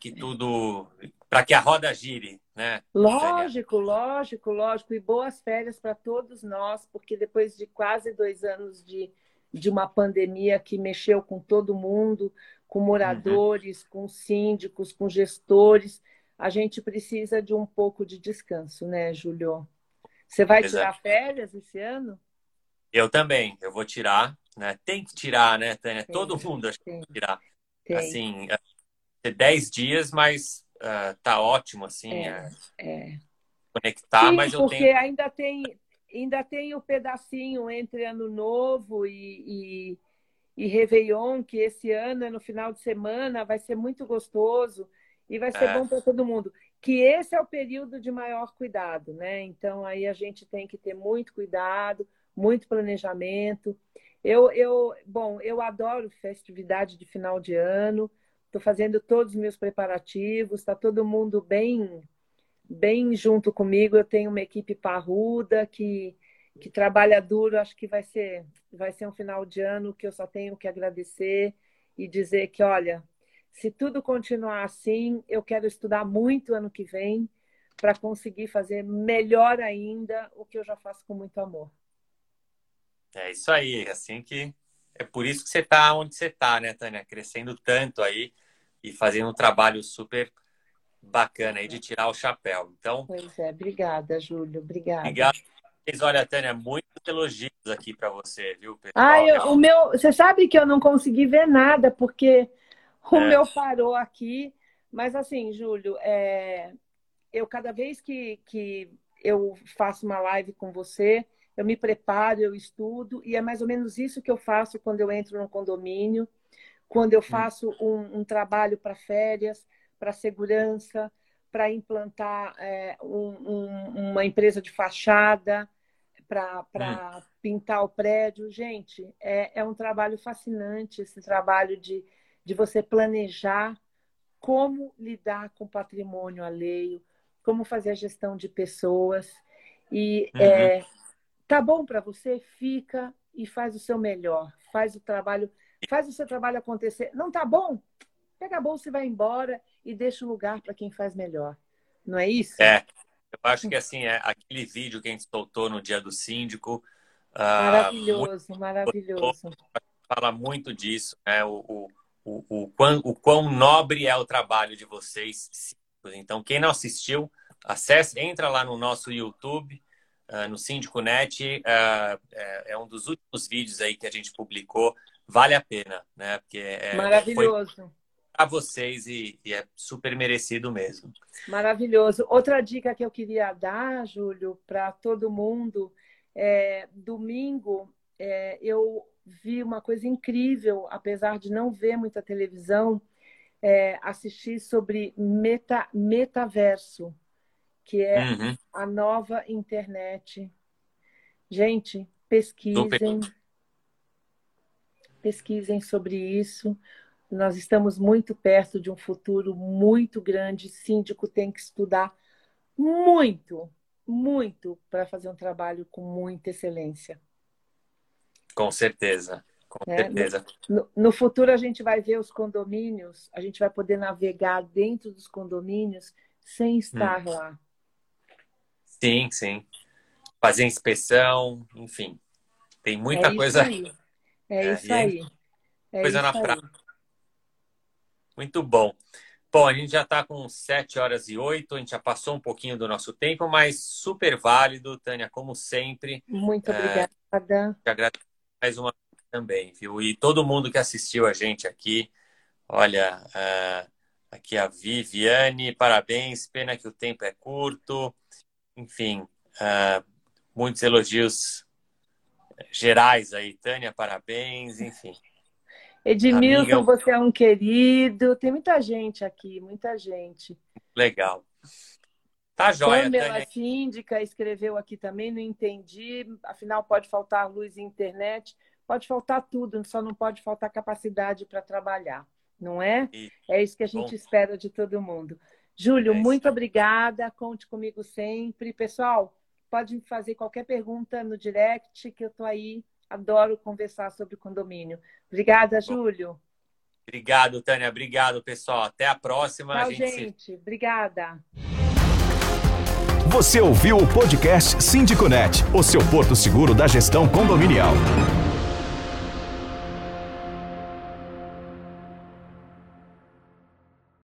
Speaker 2: que a roda gire, né?
Speaker 3: Lógico, lógico, lógico. E boas férias para todos nós, porque depois de quase 2 anos de uma pandemia que mexeu com todo mundo, com moradores, com síndicos, com gestores, a gente precisa de um pouco de descanso, né, Júlio? Você vai tirar férias esse ano?
Speaker 2: Eu também, eu vou tirar, né? Tem que tirar, né, Tânia? Todo mundo acha que tem que tirar. Assim, 10 dias, mas tá ótimo, assim, conectar,
Speaker 3: Sim,
Speaker 2: mas eu
Speaker 3: porque
Speaker 2: tenho...
Speaker 3: ainda tem o pedacinho entre Ano Novo e Réveillon, que esse ano é no final de semana, vai ser muito gostoso e vai ser bom para todo mundo. Que esse é o período de maior cuidado, né? Então, aí a gente tem que ter muito cuidado, muito planejamento. Bom, eu adoro festividade de final de ano, estou fazendo todos os meus preparativos, está todo mundo bem junto comigo. Eu tenho uma equipe parruda que trabalha duro. Acho que vai ser um final de ano que eu só tenho que agradecer e dizer que, olha, se tudo continuar assim, eu quero estudar muito ano que vem para conseguir fazer melhor ainda o que eu já faço com muito amor.
Speaker 2: É isso aí, assim que... É por isso que você está onde você está, né, Tânia? Crescendo tanto aí e fazendo um trabalho super bacana aí de tirar o chapéu. Então,
Speaker 3: pois é, obrigada, Júlio, obrigada.
Speaker 2: Obrigado. Olha, Tânia, muitos elogios aqui para você, viu, pessoal?
Speaker 3: Você sabe que eu não consegui ver nada, porque o meu parou aqui. Mas assim, Júlio, eu cada vez que eu faço uma live com você, eu me preparo, eu estudo, e é mais ou menos isso que eu faço quando eu entro num condomínio, quando eu faço um trabalho para férias, para segurança, para implantar uma empresa de fachada, para pintar o prédio. Gente, é um trabalho fascinante, esse trabalho de você planejar como lidar com patrimônio alheio, como fazer a gestão de pessoas. E tá bom para você? Fica e faz o seu melhor. Faz o seu trabalho acontecer. Não tá bom? Pega a bolsa e vai embora e deixa o lugar para quem faz melhor. Não é isso?
Speaker 2: Eu acho que assim, aquele vídeo que a gente soltou no dia do síndico.
Speaker 3: Maravilhoso, maravilhoso.
Speaker 2: Fala muito disso, né? o quão nobre é o trabalho de vocês. Então, quem não assistiu, acesse, entra lá no nosso YouTube, no Síndico Net. É um dos últimos vídeos aí que a gente publicou. Vale a pena, né? Porque
Speaker 3: maravilhoso.
Speaker 2: Para vocês e é super merecido mesmo.
Speaker 3: Maravilhoso. Outra dica que eu queria dar, Júlio, para todo mundo, domingo eu vi uma coisa incrível, apesar de não ver muita televisão, assistir sobre metaverso, que é a nova internet. Gente, pesquisem sobre isso. Nós estamos muito perto de um futuro muito grande. O síndico tem que estudar muito, muito para fazer um trabalho com muita excelência.
Speaker 2: Com certeza, com certeza.
Speaker 3: No futuro, a gente vai ver os condomínios, a gente vai poder navegar dentro dos condomínios sem estar lá.
Speaker 2: Sim, sim. Fazer inspeção, enfim. Tem muita coisa.
Speaker 3: Isso aí.
Speaker 2: Coisa na prática. Muito bom. Bom, a gente já está com 7h08, a gente já passou um pouquinho do nosso tempo, mas super válido, Tânia, como sempre.
Speaker 3: Muito obrigada.
Speaker 2: Te agradeço mais uma vez também, viu? E todo mundo que assistiu a gente aqui, olha, aqui a Viviane, parabéns, pena que o tempo é curto. Enfim, muitos elogios gerais aí. Tânia, parabéns, enfim.
Speaker 3: Edmilson, amiga, você é um querido. Tem muita gente aqui, muita gente.
Speaker 2: Legal. Tá joia,
Speaker 3: Pamela,
Speaker 2: Tânia.
Speaker 3: síndica, escreveu aqui também, não entendi. Afinal, pode faltar luz e internet. Pode faltar tudo, só não pode faltar capacidade para trabalhar, não é? É isso que a gente espera de todo mundo. Júlio, muito obrigada. Conte comigo sempre. Pessoal, pode fazer qualquer pergunta no direct, que eu estou aí. Adoro conversar sobre condomínio. Obrigada, Júlio.
Speaker 2: Obrigado, Tânia. Obrigado, pessoal. Até a próxima.
Speaker 3: Tchau, gente. Obrigada.
Speaker 1: Você ouviu o podcast Síndico Net, o seu porto seguro da gestão condominial.